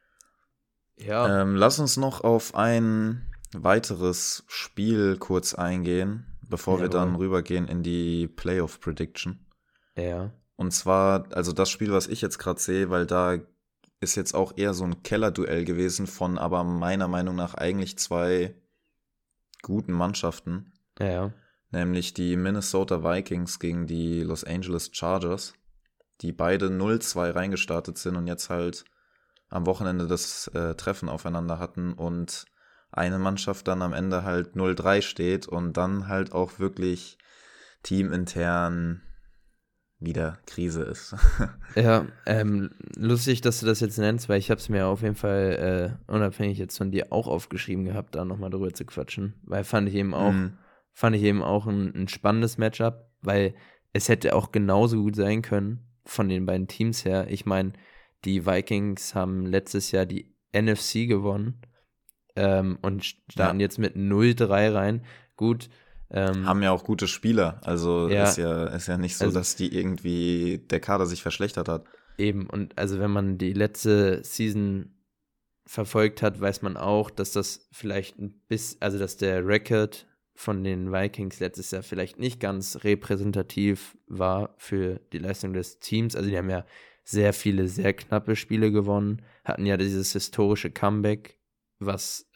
Ja. Lass uns noch auf ein weiteres Spiel kurz eingehen, bevor wir dann Jawohl. rübergehen in die Playoff Prediction. Ja. Und zwar, also das Spiel, was ich jetzt gerade sehe, weil da ist jetzt auch eher so ein Kellerduell gewesen von aber meiner Meinung nach eigentlich zwei guten Mannschaften, Ja. nämlich die Minnesota Vikings gegen die Los Angeles Chargers, die beide 0-2 reingestartet sind und jetzt halt am Wochenende das Treffen aufeinander hatten und eine Mannschaft dann am Ende halt 0-3 steht und dann halt auch wirklich teamintern wieder Krise ist. Ja, lustig, dass du das jetzt nennst, weil ich habe es mir auf jeden Fall unabhängig jetzt von dir auch aufgeschrieben gehabt, da nochmal drüber zu quatschen, weil fand ich eben auch ein spannendes Matchup, weil es hätte auch genauso gut sein können von den beiden Teams her. Ich meine, die Vikings haben letztes Jahr die NFC gewonnen und starten Ja, jetzt mit 0-3 rein. Gut, haben ja auch gute Spieler, also ja, ist ja nicht so, also dass die irgendwie der Kader sich verschlechtert hat. eben, und also wenn man die letzte Season verfolgt hat, weiß man auch, dass das vielleicht also dass der Record von den Vikings letztes Jahr vielleicht nicht ganz repräsentativ war für die Leistung des Teams. Also die haben ja sehr viele, sehr knappe Spiele gewonnen, hatten ja dieses historische Comeback, was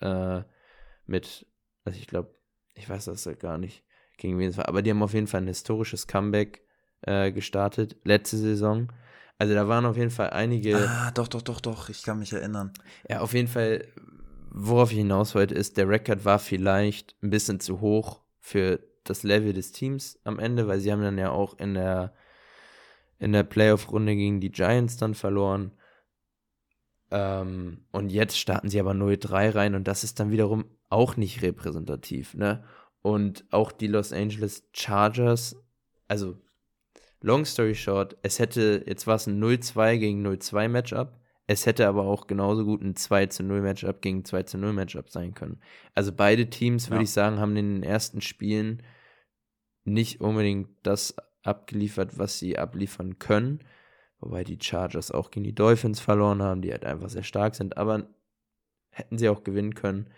also ich glaube, ich weiß das halt gar nicht, gegen wen es war, aber die haben auf jeden Fall ein historisches Comeback gestartet, letzte Saison. Also da waren auf jeden Fall einige. Doch, ich kann mich erinnern. Ja, auf jeden Fall, worauf ich hinaus wollte, ist, der Rekord war vielleicht ein bisschen zu hoch für das Level des Teams am Ende, weil sie haben dann ja auch in der Playoff-Runde gegen die Giants dann verloren. Und jetzt starten sie aber 0-3 rein und das ist dann wiederum auch nicht repräsentativ, ne? Und auch die Los Angeles Chargers, also long story short, jetzt war es ein 0-2 gegen 0-2 Matchup, es hätte aber auch genauso gut ein 2-0 Matchup gegen 2-0 Matchup sein können. Also beide Teams, würde Ja. ich sagen, haben in den ersten Spielen nicht unbedingt das abgeliefert, was sie abliefern können. Wobei die Chargers auch gegen die Dolphins verloren haben, die halt einfach sehr stark sind, aber hätten sie auch gewinnen können.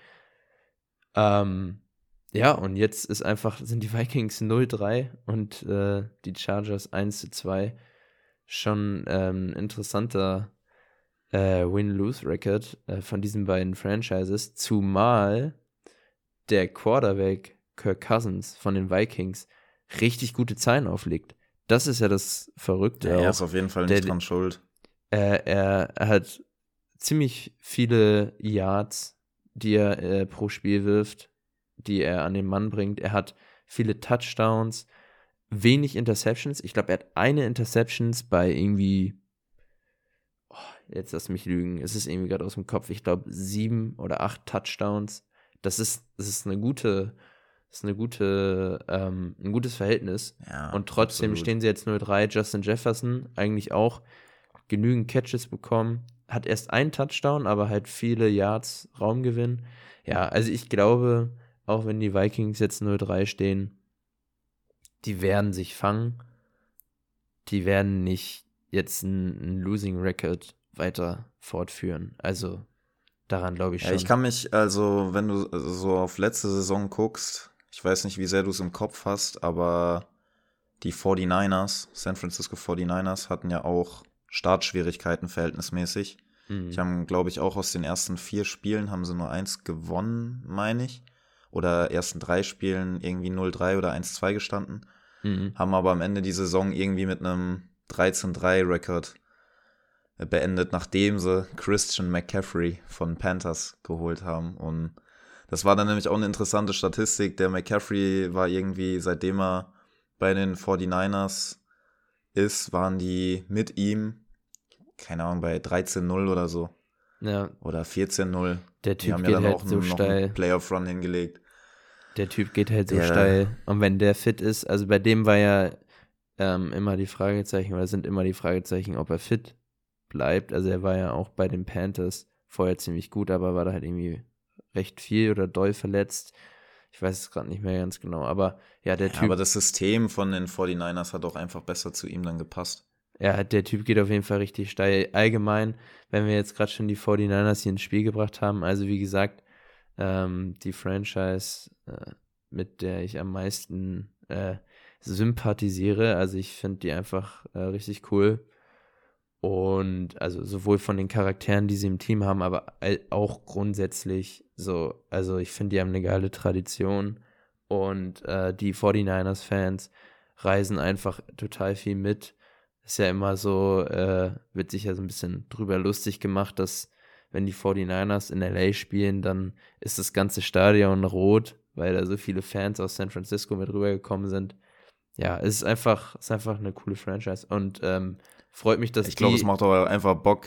Ja, und jetzt sind die Vikings 0-3 und die Chargers 1-2. Schon interessanter Win-Lose-Record von diesen beiden Franchises, zumal der Quarterback Kirk Cousins von den Vikings richtig gute Zahlen auflegt. Das ist ja das Verrückte Ja, er auch. ist auf jeden Fall Der, nicht dran schuld. Er hat ziemlich viele Yards, die er pro Spiel wirft, die er an den Mann bringt. Er hat viele Touchdowns, wenig Interceptions. Ich glaube, er hat eine Interceptions bei irgendwie, jetzt lass mich lügen, es ist irgendwie gerade aus dem Kopf, ich glaube 7 oder 8 Touchdowns. Das ist ein gutes Verhältnis. Ja, Und trotzdem absolut. stehen sie jetzt 0-3. Justin Jefferson eigentlich auch genügend Catches bekommen. Hat erst einen Touchdown, aber halt viele Yards Raumgewinn. Ja, also ich glaube, auch wenn die Vikings jetzt 0-3 stehen, die werden sich fangen. Die werden nicht jetzt einen Losing Record weiter fortführen. Also daran glaube ich Ja, schon. ich kann mich, also, wenn du so auf letzte Saison guckst, ich weiß nicht, wie sehr du es im Kopf hast, aber die 49ers, San Francisco 49ers, hatten ja auch Startschwierigkeiten verhältnismäßig. Die haben, glaube ich, auch aus den ersten 4 Spielen haben sie nur 1 gewonnen, meine ich. Oder ersten 3 Spielen irgendwie 0-3 oder 1-2 gestanden. Haben aber am Ende die Saison irgendwie mit einem 13-3-Rekord beendet, nachdem sie Christian McCaffrey von Panthers geholt haben. Und das war dann nämlich auch eine interessante Statistik. Der McCaffrey war irgendwie, seitdem er bei den 49ers ist, waren die mit ihm, keine Ahnung, bei 13-0 oder so. Ja. Oder 14-0. Der Die Typ haben ja geht dann halt auch so noch steil. einen Playoff-Run hingelegt. Der Typ geht halt so Der- steil. Und wenn der fit ist, also bei dem war ja immer die Fragezeichen, oder sind immer die Fragezeichen, ob er fit bleibt. Also er war ja auch bei den Panthers vorher ziemlich gut, aber war da halt irgendwie recht viel oder doll verletzt. Ich weiß es gerade nicht mehr ganz genau. Aber ja, der Ja, Typ, aber das System von den 49ers hat auch einfach besser zu ihm dann gepasst. ja, der Typ geht auf jeden Fall richtig steil. Allgemein, wenn wir jetzt gerade schon die 49ers hier ins Spiel gebracht haben, also wie gesagt, die Franchise, mit der ich am meisten sympathisiere. Also ich finde die einfach richtig cool. Und also sowohl von den Charakteren, die sie im Team haben, aber auch grundsätzlich so, also ich finde, die haben eine geile Tradition. Und die 49ers-Fans reisen einfach total viel mit. Ist ja immer so, wird sich ja so ein bisschen drüber lustig gemacht, dass wenn die 49ers in LA spielen, dann ist das ganze Stadion rot, weil da so viele Fans aus San Francisco mit rübergekommen sind. Ja, es ist einfach eine coole Franchise und freut mich, dass Ich glaube, es die, macht aber einfach Bock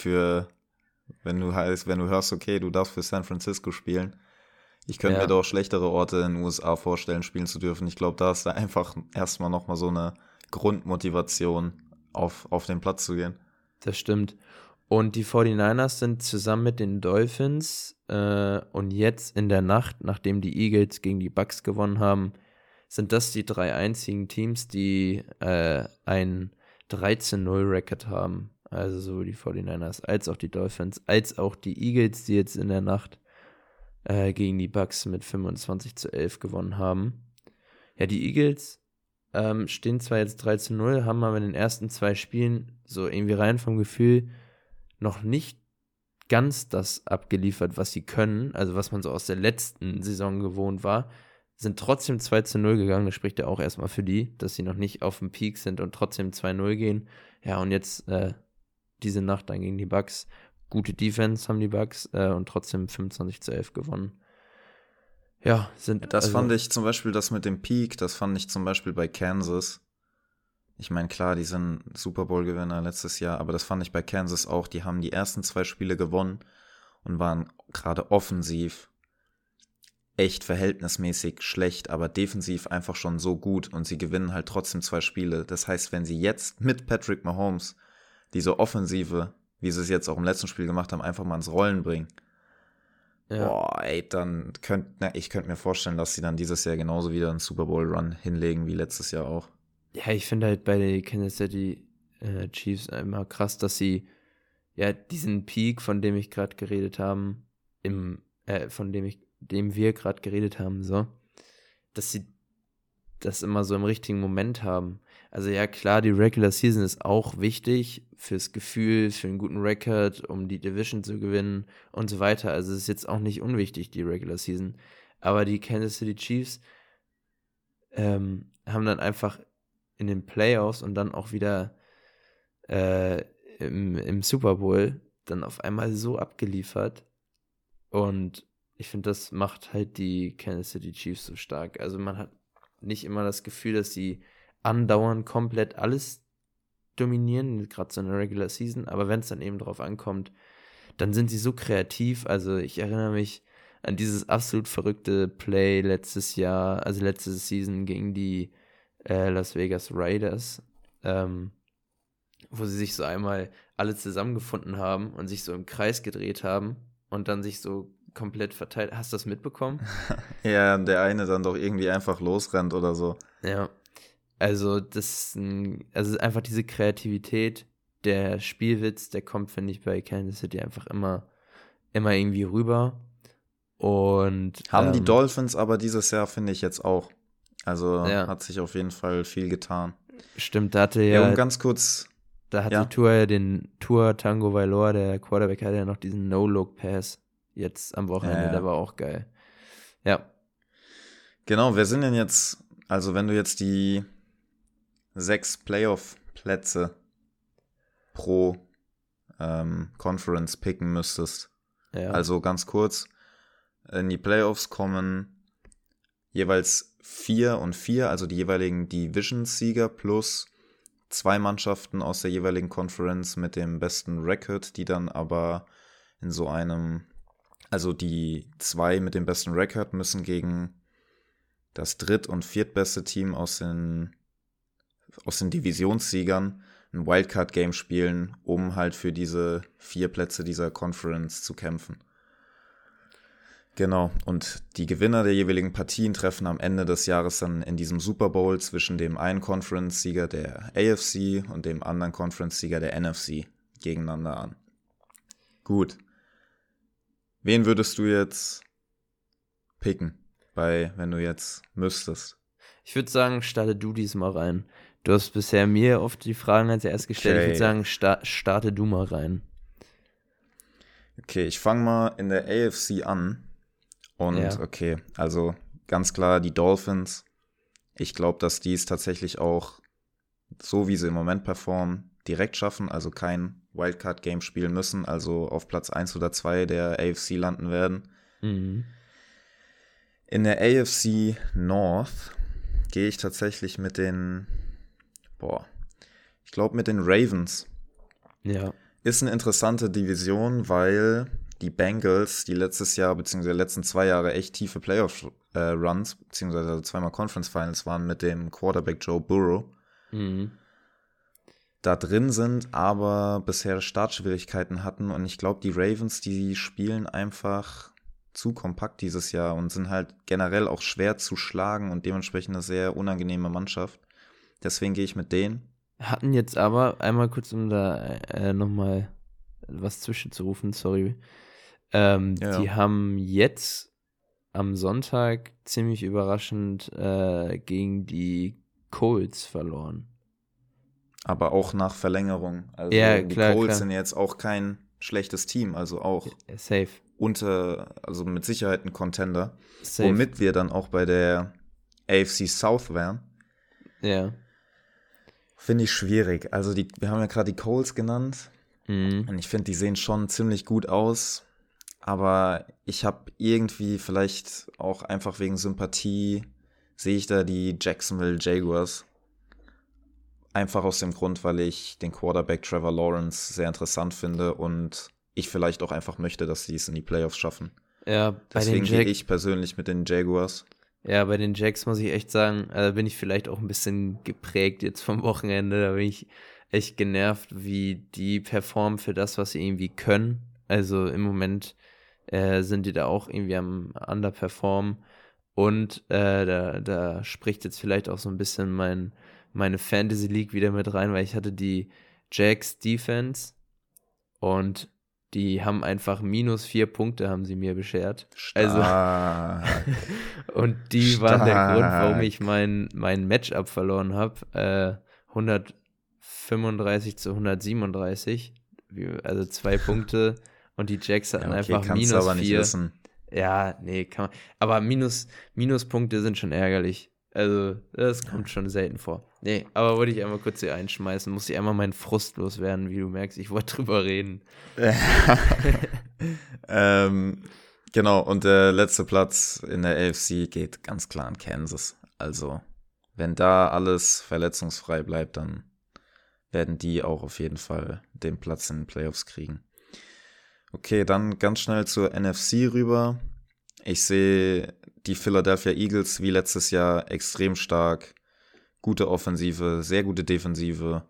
wenn du hörst, okay, du darfst für San Francisco spielen. Ich könnte ja, mir doch schlechtere Orte in den USA vorstellen, spielen zu dürfen. Ich glaube, da ist da einfach erstmal nochmal so eine Grundmotivation, auf den Platz zu gehen. das stimmt. Und die 49ers sind zusammen mit den Dolphins und jetzt in der Nacht, nachdem die Eagles gegen die Bucks gewonnen haben, sind das die 3 einzigen Teams, die ein 13-0-Record haben. Also sowohl die 49ers als auch die Dolphins, als auch die Eagles, die jetzt in der Nacht gegen die Bucks mit 25-11 gewonnen haben. Ja, die Eagles stehen zwar jetzt 13-0, haben aber in den ersten 2 Spielen so irgendwie rein vom Gefühl noch nicht ganz das abgeliefert, was sie können, also was man so aus der letzten Saison gewohnt war, sind trotzdem 2-0 gegangen. Das spricht ja auch erstmal für die, dass sie noch nicht auf dem Peak sind und trotzdem 2-0 gehen. Ja, und jetzt diese Nacht dann gegen die Bucks. Gute Defense haben die Bucks und trotzdem 25-11 gewonnen. Ja, Das fand ich zum Beispiel, das mit dem Peak, das fand ich zum Beispiel bei Kansas. Ich meine, klar, die sind Super Bowl-Gewinner letztes Jahr, aber das fand ich bei Kansas auch. Die haben die ersten 2 Spiele gewonnen und waren gerade offensiv echt verhältnismäßig schlecht, aber defensiv einfach schon so gut und sie gewinnen halt trotzdem 2 Spiele. Das heißt, wenn sie jetzt mit Patrick Mahomes diese Offensive, wie sie es jetzt auch im letzten Spiel gemacht haben, einfach mal ins Rollen bringen, ja. boah, ey, ich könnte mir vorstellen, dass sie dann dieses Jahr genauso wieder einen Super Bowl-Run hinlegen wie letztes Jahr auch. Ja, ich finde halt bei den Kansas City Chiefs immer krass, dass sie ja diesen Peak, von dem ich gerade geredet haben, dem wir gerade geredet haben, so, dass sie das immer so im richtigen Moment haben. Also ja, klar, die Regular Season ist auch wichtig fürs Gefühl, für einen guten Record, um die Division zu gewinnen und so weiter. Also es ist jetzt auch nicht unwichtig, die Regular Season. Aber die Kansas City Chiefs haben dann einfach in den Playoffs und dann auch wieder im Super Bowl dann auf einmal so abgeliefert. Und ich finde, das macht halt die Kansas City Chiefs so stark. Also man hat nicht immer das Gefühl, dass sie andauernd komplett alles dominieren, gerade so in der Regular Season. Aber wenn es dann eben drauf ankommt, dann sind sie so kreativ. Also ich erinnere mich an dieses absolut verrückte Play letztes Jahr, also letzte Season gegen die Las Vegas Raiders, wo sie sich so einmal alle zusammengefunden haben und sich so im Kreis gedreht haben und dann sich so komplett verteilt. Hast du das mitbekommen? Ja, der eine dann doch irgendwie einfach losrennt oder so. Ja, also also einfach diese Kreativität, der Spielwitz, der kommt, finde ich, bei Kansas City einfach immer irgendwie rüber. Und Haben die Dolphins aber dieses Jahr, finde ich, jetzt auch. Also Ja. hat sich auf jeden Fall viel getan. stimmt, da hatte Ja, ja, um ganz kurz, da hatte ja. Tua ja den Tua Tango Valor, der Quarterback, hatte ja noch diesen No-Look-Pass jetzt am Wochenende, Ja. der war auch geil. Ja, Genau, wer sind denn jetzt, also wenn du jetzt die 6 Playoff-Plätze pro Conference picken müsstest. ja. Also ganz kurz, in die Playoffs kommen jeweils 4 und 4, also die jeweiligen Division-Sieger plus 2 Mannschaften aus der jeweiligen Conference mit dem besten Record, die dann aber in so einem, also die 2 mit dem besten Record müssen gegen das dritt- und viertbeste Team aus den Divisionssiegern ein Wildcard-Game spielen, um halt für diese 4 Plätze dieser Conference zu kämpfen. Genau, und die Gewinner der jeweiligen Partien treffen am Ende des Jahres dann in diesem Super Bowl zwischen dem einen Conference-Sieger der AFC und dem anderen Conference-Sieger der NFC gegeneinander an. Gut. Wen würdest du jetzt picken, wenn du jetzt müsstest? Ich würde sagen, starte du diesmal rein. Du hast bisher mir oft die Fragen als erst gestellt. Ich Okay. würde sagen, starte du mal rein. Okay, ich fange mal in der AFC an. Und Ja. okay, also ganz klar die Dolphins. Ich glaube, dass die es tatsächlich auch, so wie sie im Moment performen, direkt schaffen, also kein Wildcard-Game spielen müssen, also auf Platz 1 oder 2 der AFC landen werden. Mhm. In der AFC North gehe ich tatsächlich mit den Ravens. Ja. Ist eine interessante Division, weil die Bengals, die letztes Jahr bzw. letzten 2 Jahre echt tiefe Playoff-Runs, beziehungsweise zweimal Conference Finals waren mit dem Quarterback Joe Burrow, Mhm. da drin sind, aber bisher Startschwierigkeiten hatten. Und ich glaube, die Ravens, die spielen einfach zu kompakt dieses Jahr und sind halt generell auch schwer zu schlagen und dementsprechend eine sehr unangenehme Mannschaft. Deswegen gehe ich mit denen. Hatten jetzt aber, einmal kurz, um da nochmal was zwischenzurufen, sorry. Ja. Die haben jetzt am Sonntag ziemlich überraschend gegen die Colts verloren. Aber auch nach Verlängerung. Also Ja, die klar, Colts klar. sind jetzt auch kein schlechtes Team, also auch Safe. also mit Sicherheit ein Contender. Safe. Womit wir dann auch bei der AFC South wären. Ja. Finde ich schwierig. Also wir haben ja gerade die Colts genannt. Mhm. Und ich finde, die sehen schon ziemlich gut aus. Aber ich habe irgendwie vielleicht auch einfach wegen Sympathie, sehe ich da die Jacksonville Jaguars. Einfach aus dem Grund, weil ich den Quarterback Trevor Lawrence sehr interessant finde und ich vielleicht auch einfach möchte, dass sie es in die Playoffs schaffen. Ja, bei Deswegen den gehe Jacks. ich persönlich mit den Jaguars. Ja, bei den Jacks muss ich echt sagen, bin ich vielleicht auch ein bisschen geprägt jetzt vom Wochenende. Da bin ich echt genervt, wie die performen für das, was sie irgendwie können. Also im Moment sind die da auch irgendwie am Underperformen. Und da spricht jetzt vielleicht auch so ein bisschen meine Fantasy League wieder mit rein, weil ich hatte die Jacks Defense und die haben einfach -4 Punkte, haben sie mir beschert. Stark. Und die waren der Grund, warum Stark. ich mein Matchup verloren habe. 135-137. Also 2 Punkte. Und die Jacks hatten Ja, okay, einfach kannst du aber nicht -4. wissen. Ja, nee, kann man. Aber Minuspunkte sind schon ärgerlich. Also, das kommt schon selten vor. Nee, aber wollte ich einmal kurz hier einschmeißen, muss ich einmal meinen Frust loswerden, wie du merkst, ich wollte drüber reden. Genau, und der letzte Platz in der AFC geht ganz klar an Kansas. Also, wenn da alles verletzungsfrei bleibt, dann werden die auch auf jeden Fall den Platz in den Playoffs kriegen. Okay, dann ganz schnell zur NFC rüber. Ich sehe die Philadelphia Eagles wie letztes Jahr extrem stark. Gute Offensive, sehr gute Defensive.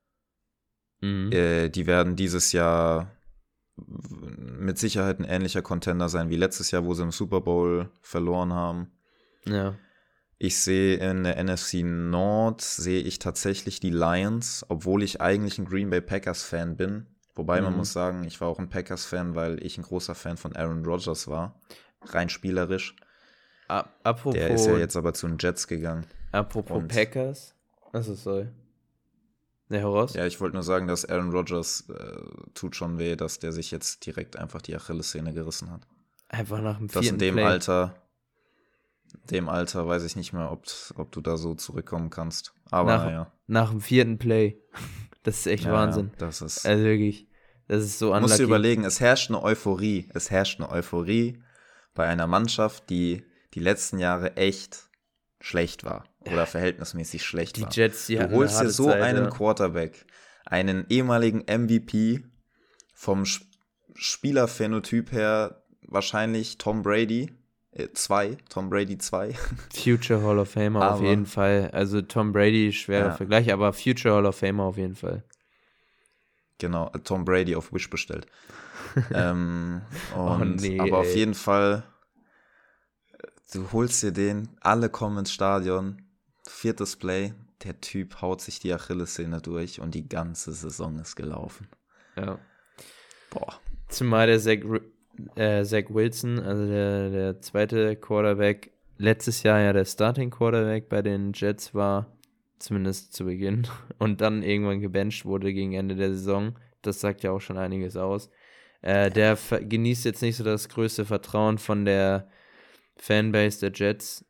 Die werden dieses Jahr mit Sicherheit ein ähnlicher Contender sein wie letztes Jahr, wo sie im Super Bowl verloren haben. Ja. Ich sehe in der NFC Nord, sehe ich tatsächlich die Lions, obwohl ich eigentlich ein Green Bay Packers-Fan bin. Wobei man muss sagen, ich war auch ein Packers-Fan, weil ich ein großer Fan von Aaron Rodgers war. Rein spielerisch. Apropos, der ist ja jetzt aber zu den Jets gegangen. Apropos Packers. Achso, sorry. Ne, heraus? Ja, ich wollte nur sagen, dass Aaron Rodgers tut schon weh, dass der sich jetzt direkt einfach die Achillessehne gerissen hat. Einfach nach dem Das vierten in Play. dem Alter weiß ich nicht mehr, ob du da so zurückkommen kannst. Aber naja. Nach dem vierten Play. Das ist echt Wahnsinn. Ja, das ist, also wirklich, das ist so unlucky. Musst du überlegen, es herrscht eine Euphorie. Es herrscht eine Euphorie bei einer Mannschaft, die letzten Jahre echt schlecht war. Oder verhältnismäßig schlecht war. Die Jets, die du holst dir so Zeit, einen Quarterback, einen ehemaligen MVP, vom Spielerphänotyp her wahrscheinlich Tom Brady 2. Future Hall of Famer auf jeden Fall. Also Tom Brady, schwerer Vergleich, aber Future Hall of Famer auf jeden Fall. Genau, Tom Brady auf Wish bestellt. Aber auf jeden Fall, du holst dir den, alle kommen ins Stadion, 4. Play, der Typ haut sich die Achillessehne durch und die ganze Saison ist gelaufen. Ja. Boah. Zumal der Zach Wilson, also der zweite Quarterback, letztes Jahr ja der Starting Quarterback bei den Jets war, zumindest zu Beginn, und dann irgendwann gebencht wurde gegen Ende der Saison. Das sagt ja auch schon einiges aus. Der genießt jetzt nicht so das größte Vertrauen von der Fanbase der Jets.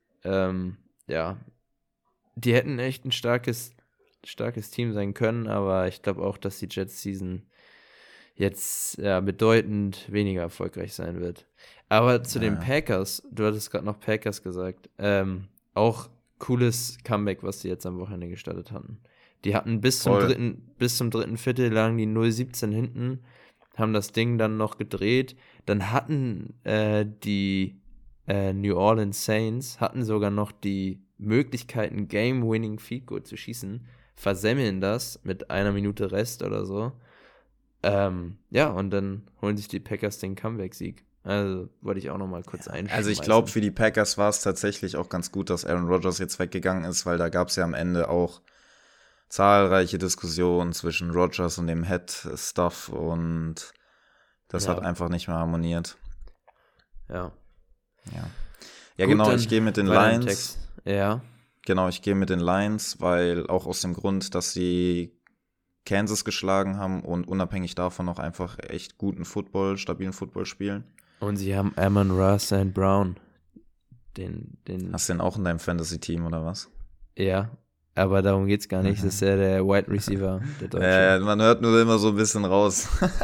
Die hätten echt ein starkes Team sein können, aber ich glaube auch, dass die Jets-Season jetzt bedeutend weniger erfolgreich sein wird. Aber zu den Packers, du hattest gerade noch Packers gesagt, auch cooles Comeback, was die jetzt am Wochenende gestartet hatten. Die hatten bis zum dritten Viertel lagen die 0-17 hinten, haben das Ding dann noch gedreht. Dann hatten die New Orleans Saints hatten sogar noch die Möglichkeit, ein Game-Winning Field Goal zu schießen, versemmeln das mit 1 Minute Rest oder so. Und dann holen sich die Packers den Comeback-Sieg. Also wollte ich auch noch mal kurz einschmeißen. Also ich glaube, für die Packers war es tatsächlich auch ganz gut, dass Aaron Rodgers jetzt weggegangen ist, weil da gab es ja am Ende auch zahlreiche Diskussionen zwischen Rodgers und dem Head-Stuff und das hat einfach nicht mehr harmoniert. Ja, gut, genau, ich gehe mit den Lions. Ja. Genau, ich gehe mit den Lions, weil auch aus dem Grund, dass sie Kansas geschlagen haben und unabhängig davon auch einfach echt guten Football, stabilen Football spielen. Und sie haben Amon-Ra St. Brown. Hast du den auch in deinem Fantasy-Team oder was? Ja, aber darum geht's gar nicht. Das ist ja der Wide Receiver, der Deutsche. Man hört nur immer so ein bisschen raus.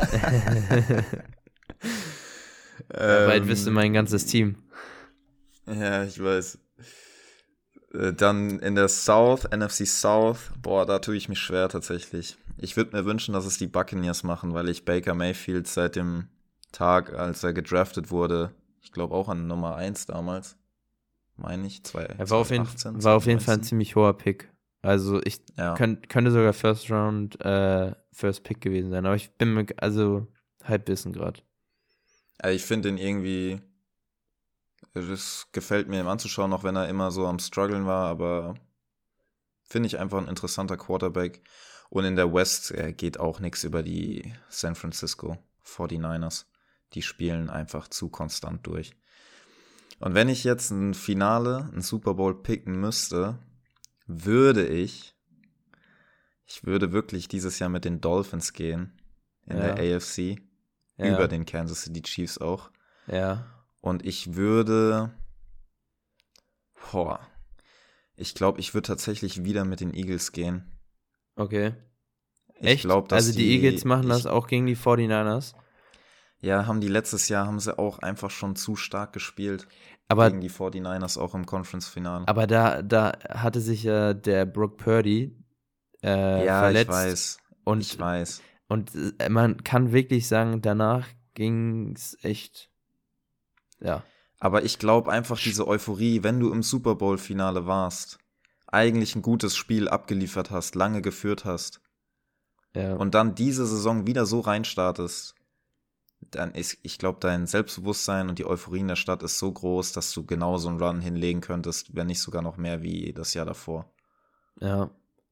Bald bist du mein ganzes Team. Ja, ich weiß. Dann in der NFC South, da tue ich mich schwer tatsächlich. Ich würde mir wünschen, dass es die Buccaneers machen, weil ich Baker Mayfield seit dem Tag, als er gedraftet wurde, ich glaube auch an Nummer 1 damals, meine ich, 2018. Er war auf jeden Fall ein ziemlich hoher Pick. Also ich könnte sogar First Round, First Pick gewesen sein, aber ich bin mir, Halbwissen gerade. Also ich finde ihn irgendwie, das gefällt mir ihm anzuschauen, auch wenn er immer so am Struggeln war, aber finde ich einfach ein interessanter Quarterback. Und in der West geht auch nichts über die San Francisco 49ers. Die spielen einfach zu konstant durch. Und wenn ich jetzt ein Super Bowl picken müsste, würde ich würde wirklich dieses Jahr mit den Dolphins gehen in der AFC, über den Kansas City Chiefs auch. Ja. Und ich würde, Ich glaube, ich würde tatsächlich wieder mit den Eagles gehen. Okay. Ich Echt? glaube, dass Also die Eagles machen das auch gegen die 49ers? Ja, letztes Jahr haben sie auch einfach schon zu stark gespielt. Aber, Gegen die 49ers auch im Conference-Finale. aber da hatte sich ja der Brock Purdy Ja, ich verletzt. weiß. Und, Ich weiß. und man kann wirklich sagen, danach ging es echt, ja. Aber ich glaube einfach diese Euphorie, wenn du im Super Bowl-Finale warst, eigentlich ein gutes Spiel abgeliefert hast, lange geführt hast Ja, und dann diese Saison wieder so reinstartest, dann ist, ich glaube, dein Selbstbewusstsein und die Euphorie in der Stadt ist so groß, dass du genau so einen Run hinlegen könntest, wenn nicht sogar noch mehr wie das Jahr davor. ja.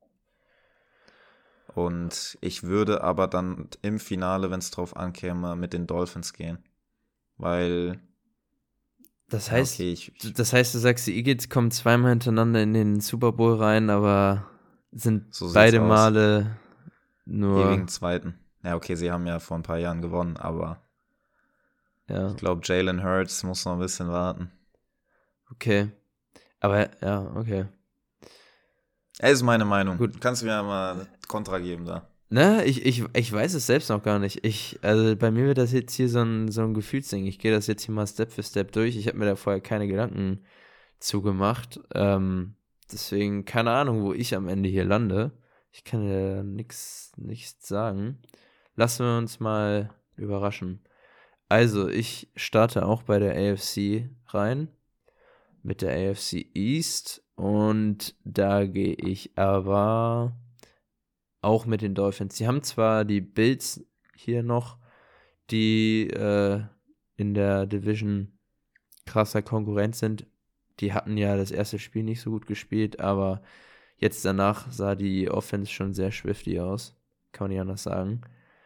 Und ich würde aber dann im Finale, wenn es drauf ankäme, mit den Dolphins gehen. Weil, Das ja, heißt, okay, du sagst, die Eagles kommen zweimal hintereinander in den Super Bowl rein, aber sind so sieht's beide aus. Male nur, Ewigen Zweiten. Ja, okay, sie haben ja vor ein paar Jahren gewonnen, aber ja, ich glaube, Jalen Hurts muss noch ein bisschen warten. okay. Aber, ja, okay. Ist meine Meinung. Gut. Kannst du mir ja mal Kontra geben da? Ne, ich weiß es selbst noch gar nicht. Also bei mir wird das jetzt hier so ein Gefühlsding. Ich gehe das jetzt hier mal Step für Step durch. Ich habe mir da vorher keine Gedanken zugemacht. Deswegen keine Ahnung, wo ich am Ende hier lande. Ich kann dir nichts sagen. Lassen wir uns mal überraschen. Also, ich starte auch bei der AFC rein. Mit der AFC East. Und da gehe ich aber auch mit den Dolphins. Sie haben zwar die Bills hier noch, die in der Division krasser Konkurrent sind. Die hatten ja das erste Spiel nicht so gut gespielt, aber jetzt danach sah die Offense schon sehr schwifty aus. Kann man nicht anders sagen.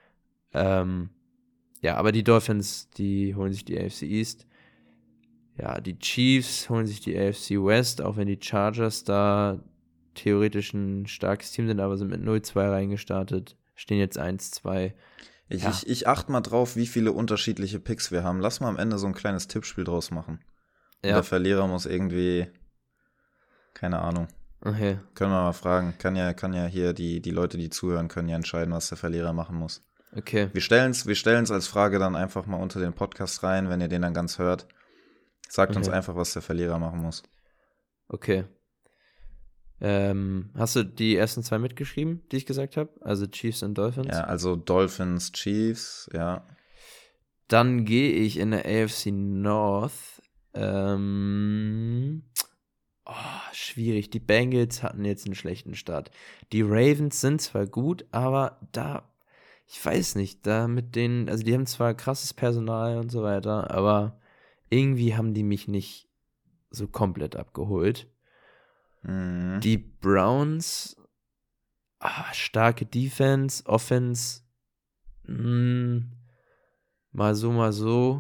Ja, aber die Dolphins, die holen sich die AFC East. Ja, die Chiefs holen sich die AFC West, auch wenn die Chargers da theoretisch ein starkes Team sind, aber sind mit 0-2 reingestartet. Stehen jetzt 1-2. Ja. Ich achte mal drauf, wie viele unterschiedliche Picks wir haben. Lass mal am Ende so ein kleines Tippspiel draus machen. Und der Verlierer muss irgendwie, keine Ahnung. Okay. Können wir mal fragen. Kann ja hier die Leute, die zuhören, können ja entscheiden, was der Verlierer machen muss. Okay. Wir stellen's als Frage dann einfach mal unter den Podcast rein, wenn ihr den dann ganz hört. Sagt uns einfach, was der Verlierer machen muss. Okay. Hast du die ersten zwei mitgeschrieben, die ich gesagt habe? Also Chiefs und Dolphins? Ja, also Dolphins, Chiefs, ja. Dann gehe ich in der AFC North. Schwierig. Die Bengals hatten jetzt einen schlechten Start. Die Ravens sind zwar gut, aber ich weiß nicht, da mit denen, also die haben zwar krasses Personal und so weiter, aber irgendwie haben die mich nicht so komplett abgeholt. Mhm. Die Browns, starke Defense, Offense, mal so, mal so.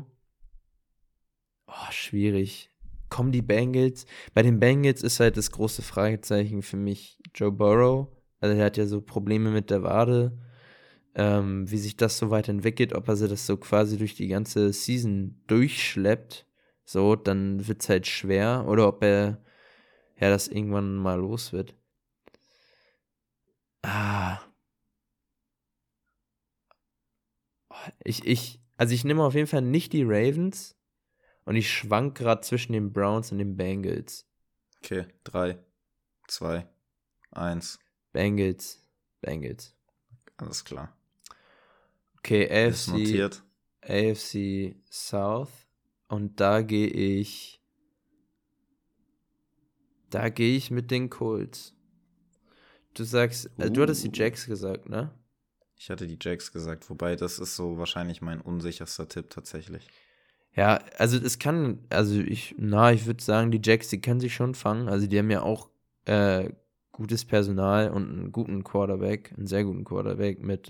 Schwierig. Kommen die Bengals? Bei den Bengals ist halt das große Fragezeichen für mich Joe Burrow. Also er hat ja so Probleme mit der Wade. Wie sich das so weiterentwickelt, ob er das so quasi durch die ganze Season durchschleppt, so, dann wird es halt schwer. Oder ob er das irgendwann mal los wird. Ich nehme auf jeden Fall nicht die Ravens und ich schwank gerade zwischen den Browns und den Bengals. Okay, 3, 2, 1. Bengals. Alles klar. Okay, Ist notiert. AFC South und da gehe ich mit den Colts. Du sagst, du hattest die Jacks gesagt, ne? Ich hatte die Jacks gesagt, wobei das ist so wahrscheinlich mein unsicherster Tipp tatsächlich. Ja, also ich würde sagen, die Jacks, die können sich schon fangen. Also die haben ja auch gutes Personal und einen guten Quarterback, einen sehr guten Quarterback mit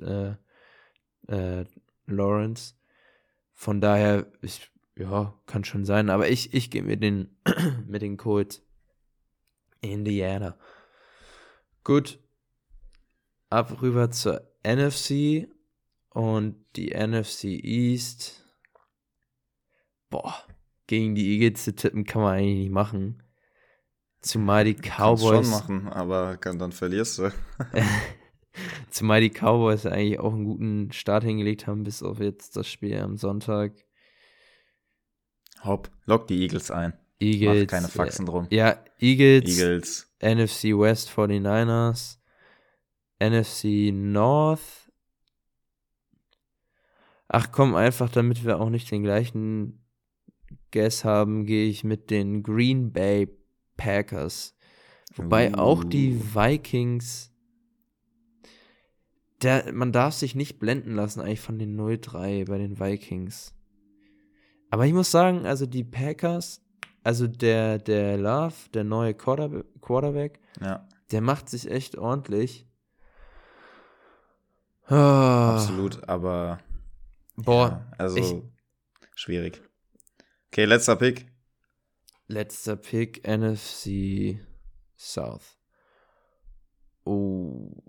Lawrence. Von daher, kann schon sein. Aber ich gehe mit den Colts. Indiana. Gut. Ab rüber zur NFC und die NFC East. Gegen die Eagles zu tippen kann man eigentlich nicht machen. Zumal die Kannst schon Cowboys, machen, aber dann verlierst du. zumal die Cowboys eigentlich auch einen guten Start hingelegt haben, bis auf jetzt das Spiel am Sonntag. Hopp, lock die Eagles ein. Eagles. Mach keine Faxen drum. Ja, Eagles, Eagles. NFC West 49ers, NFC North. Ach komm, einfach damit wir auch nicht den gleichen Guess haben, gehe ich mit den Green Bay Packers. Wobei auch die Vikings, man darf sich nicht blenden lassen eigentlich von den 0-3 bei den Vikings. Aber ich muss sagen, also die Packers, also der Love, der neue Quarterback, Ja, der macht sich echt ordentlich. absolut, aber Boah, ja, also schwierig. Okay, letzter Pick. letzter Pick, NFC South. Oh.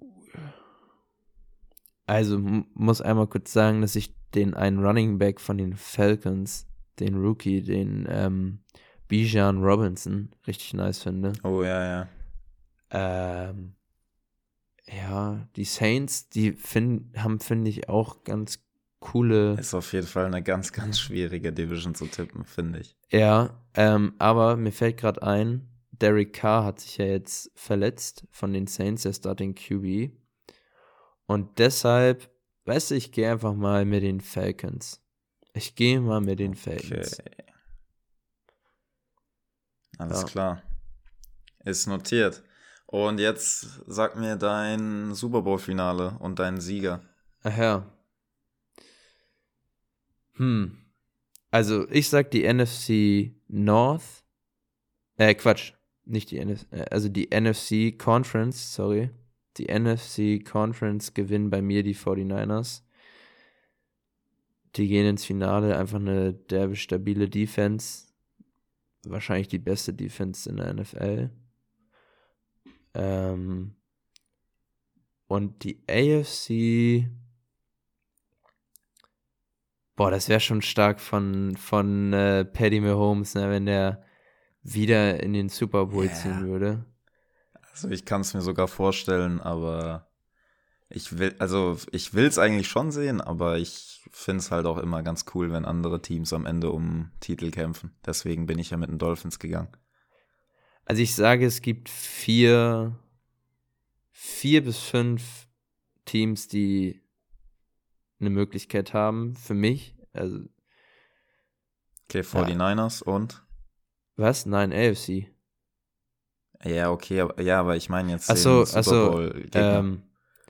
Also muss einmal kurz sagen, dass ich den einen Running Back von den Falcons, den Rookie, den Bijan Robinson, richtig nice finde. Oh, ja. Ja, die Saints, die haben, finde ich, auch ganz coole. Ist auf jeden Fall eine ganz, ganz schwierige Division zu tippen, finde ich. Ja, aber mir fällt gerade ein, Derek Carr hat sich ja jetzt verletzt von den Saints, der Starting QB. Und deshalb, weißt du, ich gehe einfach mal mit den Falcons. Ich gehe mal mit den Falcons. Okay. Alles Ja. klar. Ist notiert. Und jetzt sag mir dein Super Bowl-Finale und deinen Sieger. Ach ja. Also, ich sag die NFC North. Quatsch. Nicht die NFC, also die NFC Conference, sorry. Die NFC Conference gewinnen bei mir die 49ers. Die gehen ins Finale, einfach eine derbe, stabile Defense. Wahrscheinlich die beste Defense in der NFL. Und die AFC. Boah, das wäre schon stark von Patty Mahomes, ne, wenn der wieder in den Super Bowl ziehen würde. Also ich kann es mir sogar vorstellen, aber ich will es eigentlich schon sehen, aber ich finde es halt auch immer ganz cool, wenn andere Teams am Ende um Titel kämpfen. Deswegen bin ich ja mit den Dolphins gegangen. Also ich sage, es gibt 4 bis 5 Teams, die eine Möglichkeit haben, für mich. Also, Okay, 49ers und? was? Nein, AFC. Ja, okay, aber ich meine jetzt Achso, den Super Bowl-Gegner.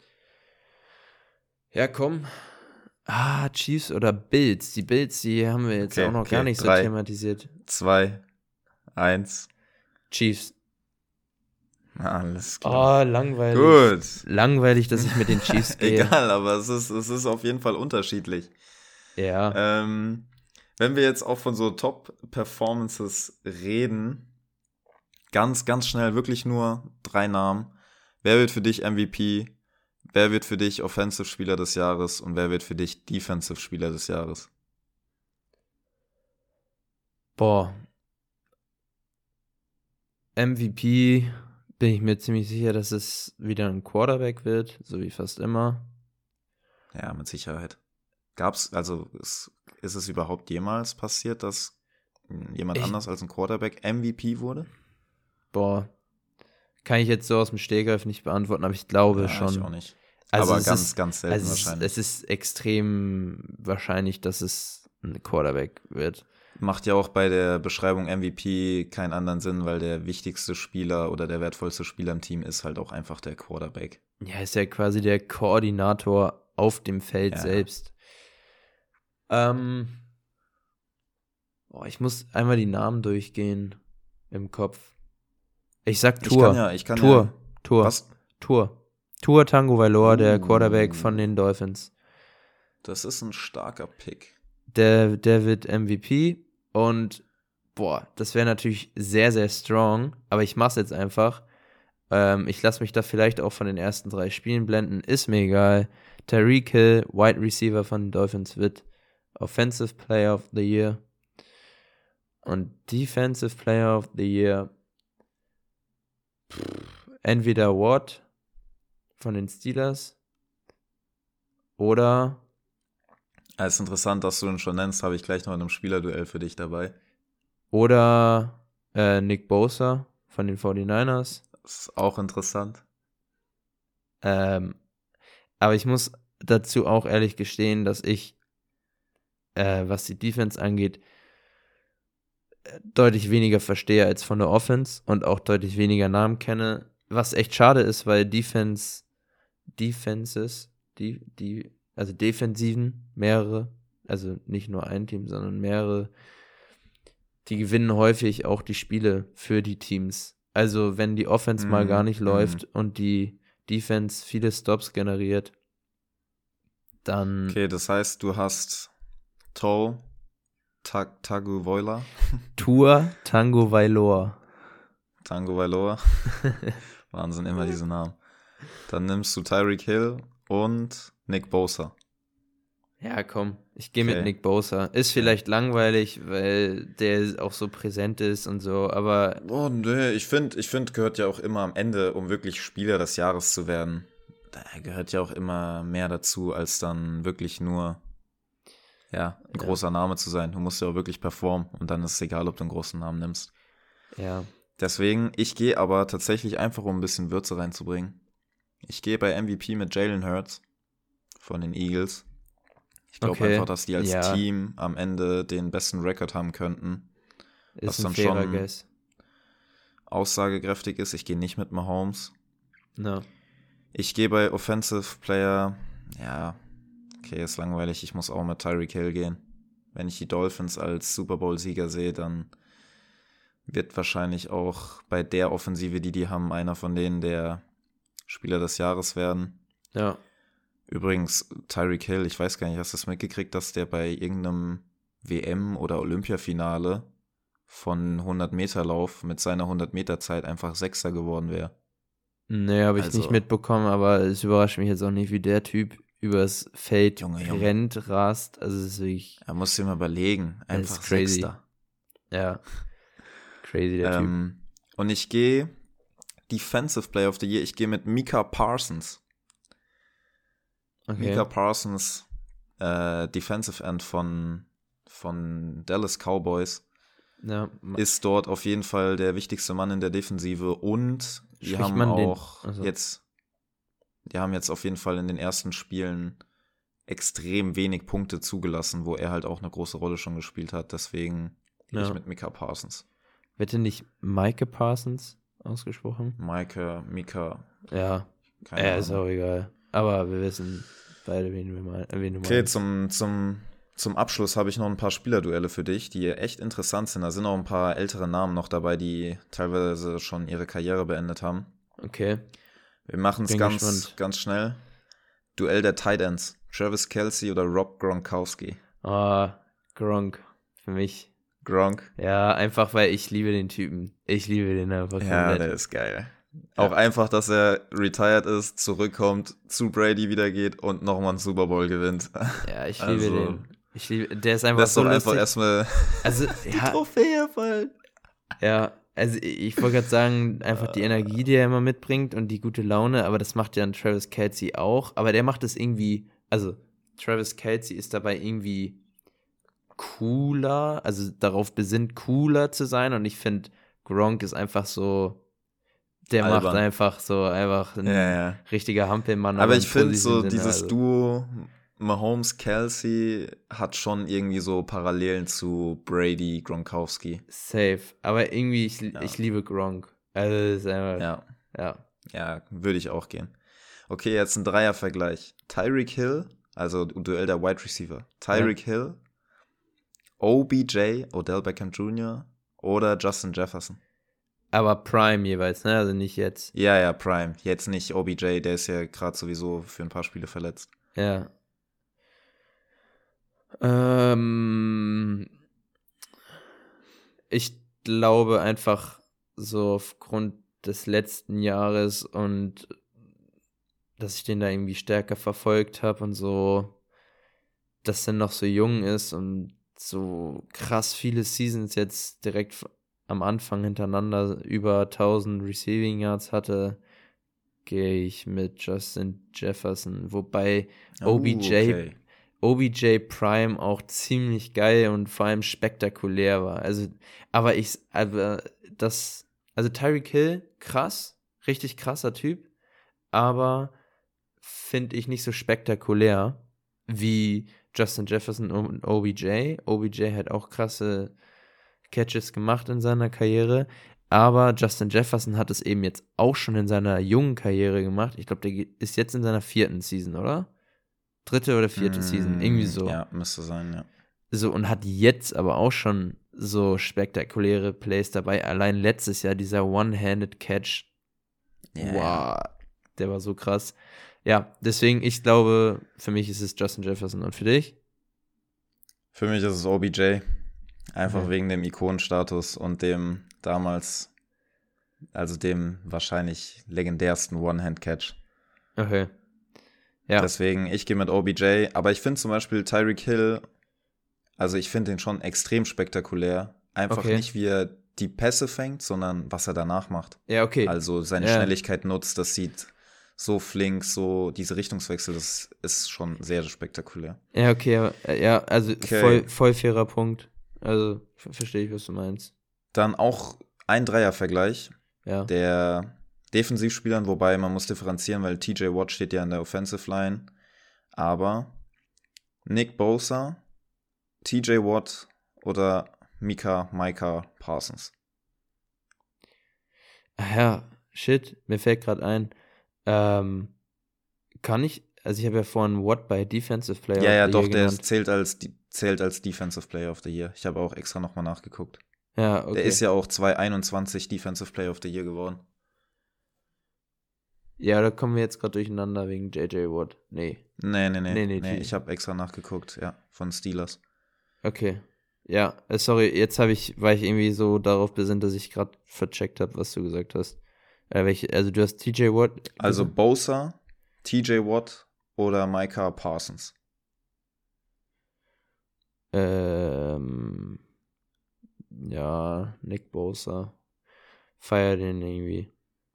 Ja, komm. Chiefs oder Bills. Die Bills, die haben wir jetzt auch noch gar nicht 3, so thematisiert. 2, 1. Chiefs. Alles klar. Oh, langweilig. Gut. Langweilig, dass ich mit den Chiefs gehe. Egal, aber es ist auf jeden Fall unterschiedlich. Ja. Wenn wir jetzt auch von so Top-Performances reden, ganz, ganz schnell wirklich nur 3 Namen. Wer wird für dich MVP? Wer wird für dich Offensive Spieler des Jahres? Und wer wird für dich Defensive Spieler des Jahres? Boah. MVP bin ich mir ziemlich sicher, dass es wieder ein Quarterback wird, so wie fast immer. Ja, mit Sicherheit. Ist es überhaupt jemals passiert, dass jemand anders als ein Quarterback MVP wurde? Boah. Kann ich jetzt so aus dem Stegreif nicht beantworten, aber ich glaube schon. Ich auch nicht. Also aber ganz, ganz selten wahrscheinlich. Es ist extrem wahrscheinlich, dass es ein Quarterback wird. Macht ja auch bei der Beschreibung MVP keinen anderen Sinn, weil der wichtigste Spieler oder der wertvollste Spieler im Team ist halt auch einfach der Quarterback. Ja, ist ja quasi der Koordinator auf dem Feld selbst. Ich muss einmal die Namen durchgehen im Kopf. Ich sag Tour. Tour. Was? Tour Tango Valor, der Quarterback von den Dolphins. Das ist ein starker Pick. Der wird MVP und das wäre natürlich sehr, sehr strong, aber ich mach's jetzt einfach. Ich lasse mich da vielleicht auch von den ersten 3 Spielen blenden, ist mir egal. Tyreek Hill, Wide Receiver von den Dolphins, wird Offensive Player of the Year. Und Defensive Player of the Year entweder Watt von den Steelers oder Es ist interessant, dass du ihn schon nennst, habe ich gleich noch in einem Spielerduell für dich dabei. Nick Bosa von den 49ers. Das ist auch interessant. Aber ich muss dazu auch ehrlich gestehen, dass ich, was die Defense angeht, deutlich weniger verstehe als von der Offense und auch deutlich weniger Namen kenne. Was echt schade ist, weil also Defensiven, mehrere, also nicht nur ein Team, sondern mehrere, die gewinnen häufig auch die Spiele für die Teams. Also wenn die Offense mal gar nicht läuft und die Defense viele Stops generiert, dann... Okay, das heißt, du hast Tagovailoa. Tua Tagovailoa. Tagovailoa. Wahnsinn, immer diese Namen. Dann nimmst du Tyreek Hill und Nick Bosa. Ja, komm, ich gehe mit Nick Bosa. Ist vielleicht langweilig, weil der auch so präsent ist und so, aber... Oh, nee, ich finde, gehört ja auch immer am Ende, um wirklich Spieler des Jahres zu werden, da gehört ja auch immer mehr dazu, als dann wirklich nur ein großer Name zu sein. Du musst ja auch wirklich performen und dann ist es egal, ob du einen großen Namen nimmst. Ja. Deswegen, ich gehe aber tatsächlich einfach, um ein bisschen Würze reinzubringen. Ich gehe bei MVP mit Jalen Hurts von den Eagles. Ich glaube einfach, dass die als Team am Ende den besten Rekord haben könnten. Ist was ein dann fairer schon Guess. Aussagekräftig ist. Ich gehe nicht mit Mahomes. No. Ich gehe bei Offensive Player, okay, ist langweilig. Ich muss auch mit Tyreek Hill gehen. Wenn ich die Dolphins als Super Bowl-Sieger sehe, dann wird wahrscheinlich auch bei der Offensive, die haben, einer von denen der Spieler des Jahres werden. Ja. Übrigens, Tyreek Hill, ich weiß gar nicht, hast du das mitgekriegt, dass der bei irgendeinem WM- oder Olympiafinale von 100-Meter-Lauf mit seiner 100-Meter-Zeit einfach Sechster geworden wäre? Nee, habe ich nicht mitbekommen, aber es überrascht mich jetzt auch nicht, wie der Typ übers Feld rennt, rast. Also es ist wirklich... Er muss sich mal überlegen. Einfach crazy. Sechster. Ja. Crazy, der Typ. Und ich gehe Defensive Player of the Year, ich gehe mit Micah Parsons. Okay. Micah Parsons, Defensive End von Dallas Cowboys, ist dort auf jeden Fall der wichtigste Mann in der Defensive und die haben jetzt auf jeden Fall in den ersten Spielen extrem wenig Punkte zugelassen, wo er halt auch eine große Rolle schon gespielt hat. Deswegen gehe ich mit Micah Parsons. Wird denn nicht Micah Parsons ausgesprochen? Micah. Ja, ist auch egal. Aber wir wissen beide, wen du meinst. Okay, zum Abschluss habe ich noch ein paar Spielerduelle für dich, die echt interessant sind. Da sind auch ein paar ältere Namen noch dabei, die teilweise schon ihre Karriere beendet haben. Okay. Wir machen es ganz schnell. Duell der Tight Ends. Travis Kelce oder Rob Gronkowski? Gronk. Für mich. Gronk? Ja, einfach, weil ich liebe den Typen. Ich liebe den einfach komplett. Ja, der ist geil. Ja. Auch einfach, dass er retired ist, zurückkommt, zu Brady wieder geht und nochmal einen Super Bowl gewinnt. Ja, ich liebe den. Der ist einfach so lustig. Einfach erstmal die Trophäe fallen. Ja, also ich wollte gerade sagen, einfach die Energie, die er immer mitbringt und die gute Laune, aber das macht ja ein Travis Kelce auch. Aber der macht es irgendwie, also Travis Kelce ist dabei irgendwie cooler, also darauf besinnt, cooler zu sein und ich finde, Gronk ist einfach so, der albern. Macht einfach ein richtiger Hampelmann. Aber ich finde so dieses Duo Mahomes-Kelce hat schon irgendwie so Parallelen zu Brady, Gronkowski. Safe, aber irgendwie, ich liebe Gronk. Also das ist einfach, Ja, würde ich auch gehen. Okay, jetzt ein Dreiervergleich. Tyreek Hill, also Duell der Wide Receiver. Tyreek Hill, OBJ, Odell Beckham Jr. oder Justin Jefferson. Aber Prime jeweils, ne? Also nicht jetzt. Ja, Prime. Jetzt nicht OBJ, der ist ja gerade sowieso für ein paar Spiele verletzt. Ja. Ich glaube einfach so aufgrund des letzten Jahres und dass ich den da irgendwie stärker verfolgt habe und so, dass er noch so jung ist und so krass viele Seasons jetzt direkt am Anfang hintereinander über 1000 Receiving Yards hatte, gehe ich mit Justin Jefferson. Wobei Okay. OBJ Prime auch ziemlich geil und vor allem spektakulär war. Also Tyreek Hill, krass, richtig krasser Typ, aber finde ich nicht so spektakulär wie Justin Jefferson und OBJ. OBJ hat auch krasse Catches gemacht in seiner Karriere, aber Justin Jefferson hat es eben jetzt auch schon in seiner jungen Karriere gemacht. Ich glaube, der ist jetzt in seiner 4. Season, oder? 3. oder 4. Season, irgendwie so. Ja, müsste sein, ja. So, und hat jetzt aber auch schon so spektakuläre Plays dabei. Allein letztes Jahr dieser One-Handed Catch. Wow, der war so krass. Ja, deswegen, ich glaube, für mich ist es Justin Jefferson. Und für dich? Für mich ist es OBJ. Einfach wegen dem Ikonenstatus und dem damals, also dem wahrscheinlich legendärsten One-Hand-Catch. Okay. Ja. Deswegen, ich gehe mit OBJ. Aber ich finde zum Beispiel Tyreek Hill, also ich finde den schon extrem spektakulär. Einfach nicht, wie er die Pässe fängt, sondern was er danach macht. Ja, okay. Also seine Schnelligkeit nutzt, das sieht so flink, so diese Richtungswechsel, das ist schon sehr, sehr spektakulär. Ja, okay, ja, also voll fairer Punkt. Also verstehe ich, was du meinst. Dann auch ein Dreiervergleich der Defensivspielern, wobei man muss differenzieren, weil TJ Watt steht ja in der Offensive Line. Aber Nick Bosa, TJ Watt oder Micah Parsons. Ja, shit, mir fällt gerade ein, also ich habe ja vorhin Watt bei Defensive Player of the Year doch, der genannt. zählt als Defensive Player of the Year. Ich habe auch extra nochmal nachgeguckt. Ja, okay. Der ist ja auch 2021 Defensive Player of the Year geworden. Ja, da kommen wir jetzt gerade durcheinander wegen JJ Watt. Nee, ich habe extra nachgeguckt, von Steelers. Okay. Ja, sorry, jetzt war ich irgendwie so darauf besinnt, dass ich gerade vercheckt habe, was du gesagt hast. Also du hast TJ Watt. Also Bosa, TJ Watt oder Micah Parsons. Ja, Nick Bosa. Feier den irgendwie.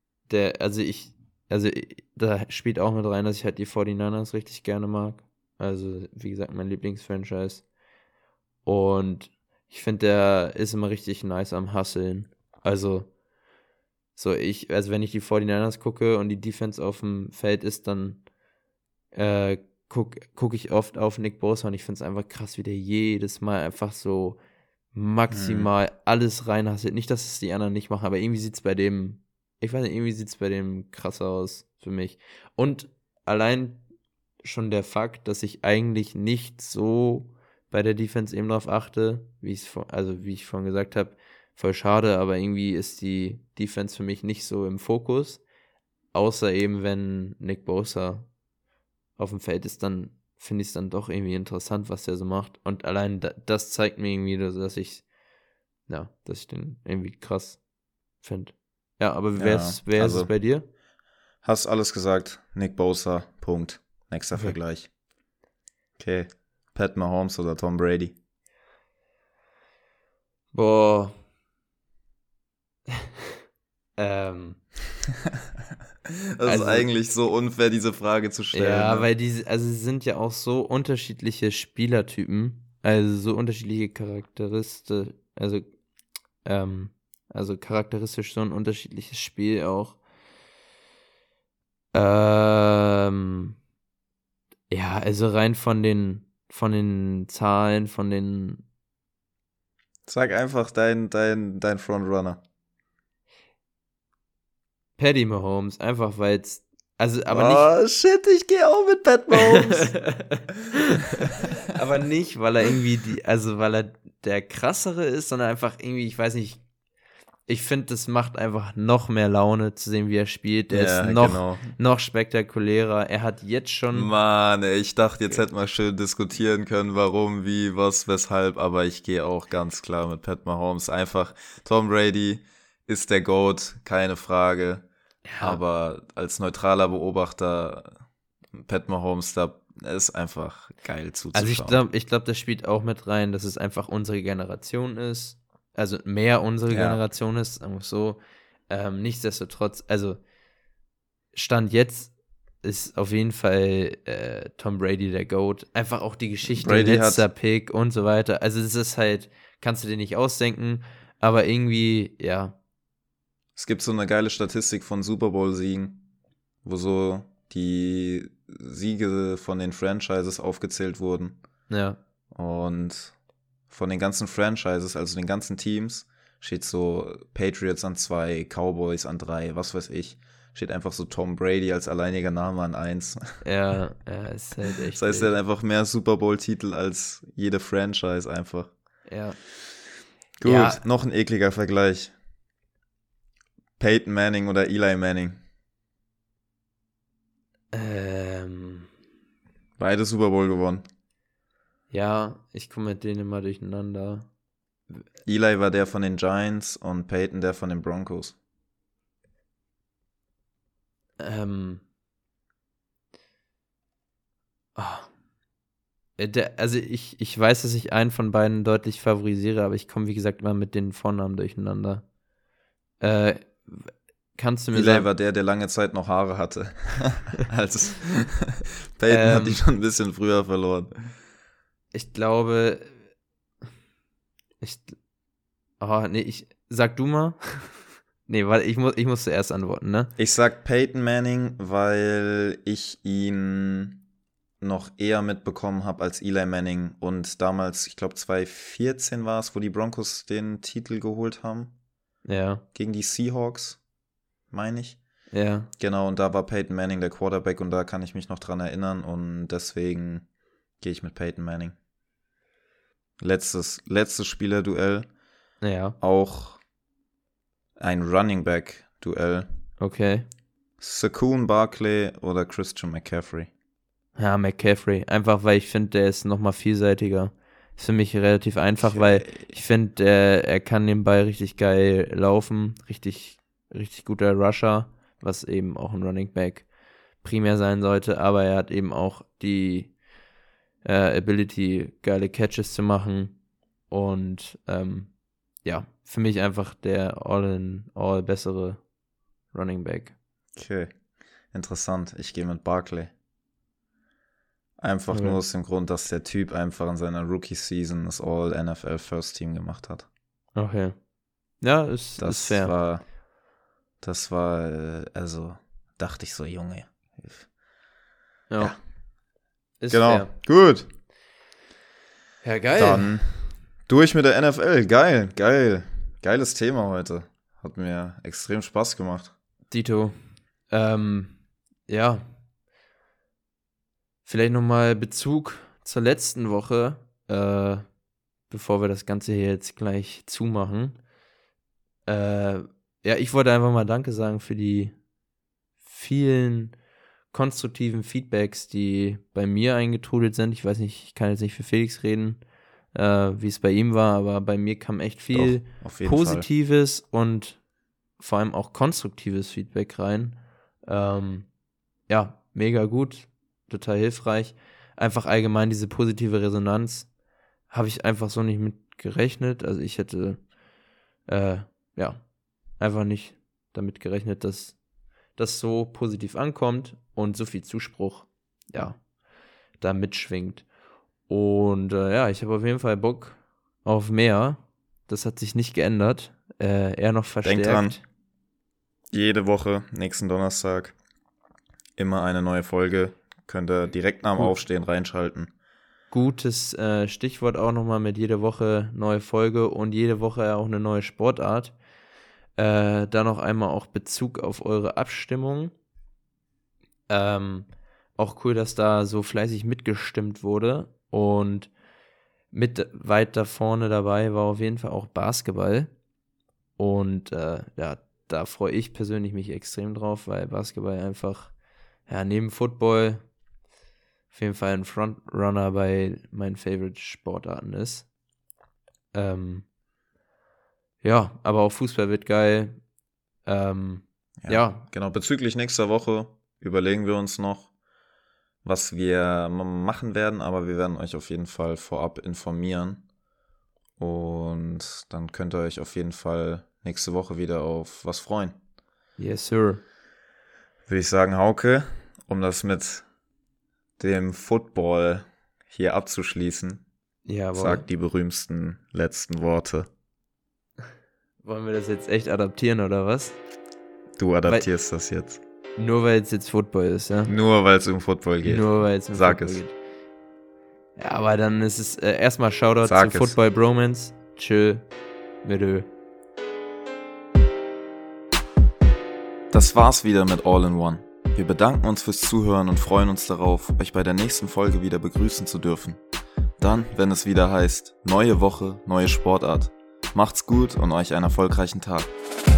Da spielt auch mit rein, dass ich halt die 49ers richtig gerne mag. Also, wie gesagt, mein Lieblingsfranchise. Und ich finde, der ist immer richtig nice am Hustlen. Also, wenn ich die 49ers gucke und die Defense auf dem Feld ist, dann guck ich oft auf Nick Bosa und ich finde es einfach krass, wie der jedes Mal einfach so maximal alles reinhasselt. Nicht, dass es die anderen nicht machen, aber irgendwie sieht es bei dem, ich weiß nicht, irgendwie sieht es bei dem krasser aus für mich. Und allein schon der Fakt, dass ich eigentlich nicht so bei der Defense eben drauf achte, wie ich vorhin gesagt habe, voll schade, aber irgendwie ist die Defense für mich nicht so im Fokus, außer eben, wenn Nick Bosa auf dem Feld ist, dann finde ich es dann doch irgendwie interessant, was der so macht. Und allein das zeigt mir irgendwie, dass ich den irgendwie krass finde. Ja, aber wer ist es bei dir? Hast alles gesagt. Nick Bosa, Punkt. Nächster Vergleich. Okay. Pat Mahomes oder Tom Brady? Boah. Das ist eigentlich so unfair, diese Frage zu stellen. Ja, weil sie sind ja auch so unterschiedliche Spielertypen, also so unterschiedliche Charakteristiken, also charakteristisch so ein unterschiedliches Spiel auch. Ja, also rein von den Zahlen, von den. Sag einfach dein Frontrunner. Patty Mahomes, einfach weil es. Aber nicht. Shit, ich gehe auch mit Pat Mahomes. Aber nicht, weil er irgendwie weil er der krassere ist, sondern einfach irgendwie, ich weiß nicht, ich finde, das macht einfach noch mehr Laune zu sehen, wie er spielt. Der ist noch spektakulärer. Er hat jetzt schon. Mann, ich dachte, jetzt hätten wir schön diskutieren können, warum, wie, was, weshalb, aber ich gehe auch ganz klar mit Pat Mahomes. Einfach, Tom Brady ist der GOAT, keine Frage. Ja. Aber als neutraler Beobachter, Pat Mahomes, da ist einfach geil zuzuschauen. Also ich glaube, das spielt auch mit rein, dass es einfach unsere Generation ist. Also mehr unsere Generation ist, sagen wir so. Nichtsdestotrotz, also Stand jetzt ist auf jeden Fall Tom Brady der GOAT. Einfach auch die Geschichte, Brady letzter hat- Pick und so weiter. Also es ist halt, kannst du dir nicht ausdenken, aber irgendwie, ja, Es gibt so eine geile Statistik von Super Bowl-Siegen, wo so die Siege von den Franchises aufgezählt wurden. ja, Und von den ganzen Franchises, also den ganzen Teams, steht so Patriots an 2, Cowboys an 3, was weiß ich. Steht einfach so Tom Brady als alleiniger Name an 1. ja, ist halt echt Das heißt, er wild. hat einfach mehr Super Bowl-Titel als jede Franchise einfach. Ja. Gut, Ja. noch ein ekliger Vergleich. Peyton Manning oder Eli Manning. Beide Super Bowl gewonnen. Ja, ich komme mit denen immer durcheinander. Eli war der von den Giants und Peyton der von den Broncos. Also ich weiß, dass ich einen von beiden deutlich favorisiere, aber ich komme, wie gesagt, immer mit den Vornamen durcheinander. Kannst du mir Eli sagen, war der lange Zeit noch Haare hatte. Als Peyton hat die schon ein bisschen früher verloren. ich glaube, sag du mal. Nee, warte, ich muss zuerst antworten, ne? Ich sag Peyton Manning, weil ich ihn noch eher mitbekommen habe als Eli Manning. Und damals, ich glaube 2014 war es, wo die Broncos den Titel geholt haben. Ja, Gegen die Seahawks, meine ich. ja. Genau, und da war Peyton Manning der Quarterback und da kann ich mich noch dran erinnern. Und deswegen gehe ich mit Peyton Manning. Letztes Spielerduell. Ja, Auch ein Running Back Duell. okay. Saquon Barkley oder Christian McCaffrey. Ja, McCaffrey. Einfach, weil ich finde, der ist nochmal vielseitiger. Ist für mich relativ einfach, weil ich finde, er kann den Ball richtig geil laufen. Richtig, richtig guter Rusher, was eben auch ein Running Back primär sein sollte. Aber er hat eben auch die Ability, geile Catches zu machen. Und ja, für mich einfach der all-in-all bessere Running Back. Okay, interessant. Ich gehe mit Barkley. Einfach Okay. nur aus dem Grund, dass der Typ einfach in seiner Rookie-Season das All-NFL First Team gemacht hat. Okay. Ja, ist Das fair. war, also dachte ich so, Junge. Ja. Ist Genau, fair. gut. Ja, geil. Dann durch mit der NFL. Geil. Geiles Thema heute. Hat mir extrem Spaß gemacht. Dito. Ja. Vielleicht nochmal Bezug zur letzten Woche, bevor wir das Ganze hier jetzt gleich zumachen. Ja, ich wollte einfach mal Danke sagen für die vielen konstruktiven Feedbacks, die bei mir eingetrudelt sind. Ich weiß nicht, ich kann jetzt nicht für Felix reden, wie es bei ihm war, aber bei mir kam echt viel Doch, auf jeden Fall. positives und vor allem auch konstruktives Feedback rein. Ja, mega gut, total hilfreich. Einfach allgemein diese positive Resonanz habe ich einfach so nicht mit gerechnet. Also ich hätte ja einfach nicht damit gerechnet, dass das so positiv ankommt und so viel Zuspruch ja da mitschwingt. Und ja, ich habe auf jeden Fall Bock auf mehr. Das hat sich nicht geändert. Eher noch verstärkt. Denkt dran, jede Woche, nächsten Donnerstag, immer eine neue Folge. Könnt ihr direkt nach dem Gut. Aufstehen reinschalten. Gutes Stichwort auch nochmal mit jeder Woche neue Folge und jede Woche auch eine neue Sportart. Da noch einmal auch Bezug auf eure Abstimmung. Auch cool, dass da so fleißig mitgestimmt wurde. Und mit weit da vorne dabei war auf jeden Fall auch Basketball. Und ja, da freue ich persönlich mich extrem drauf, weil Basketball einfach, ja, neben Football auf jeden Fall ein Frontrunner bei meinen Favorite-Sportarten ist. Ja, aber auch Fußball wird geil. Ja. Genau, bezüglich nächster Woche überlegen wir uns noch, was wir machen werden, aber wir werden euch auf jeden Fall vorab informieren. Und dann könnt ihr euch auf jeden Fall nächste Woche wieder auf was freuen. Yes, sir. Würde ich sagen, Hauke, um das mit dem Football hier abzuschließen, sag die berühmten letzten Worte. Wollen wir das jetzt echt adaptieren, oder was? Du adaptierst das jetzt. Nur weil es jetzt Football ist, ja? Nur weil es um Football geht. Nur weil es um Sag Football es. geht. Ja, aber dann ist es erstmal Shoutout Sag zu es. Football Bromance. Tschö. Mit Ö. Das war's wieder mit All in One. Wir bedanken uns fürs Zuhören und freuen uns darauf, euch bei der nächsten Folge wieder begrüßen zu dürfen. Dann, wenn es wieder heißt, neue Woche, neue Sportart. Macht's gut und euch einen erfolgreichen Tag.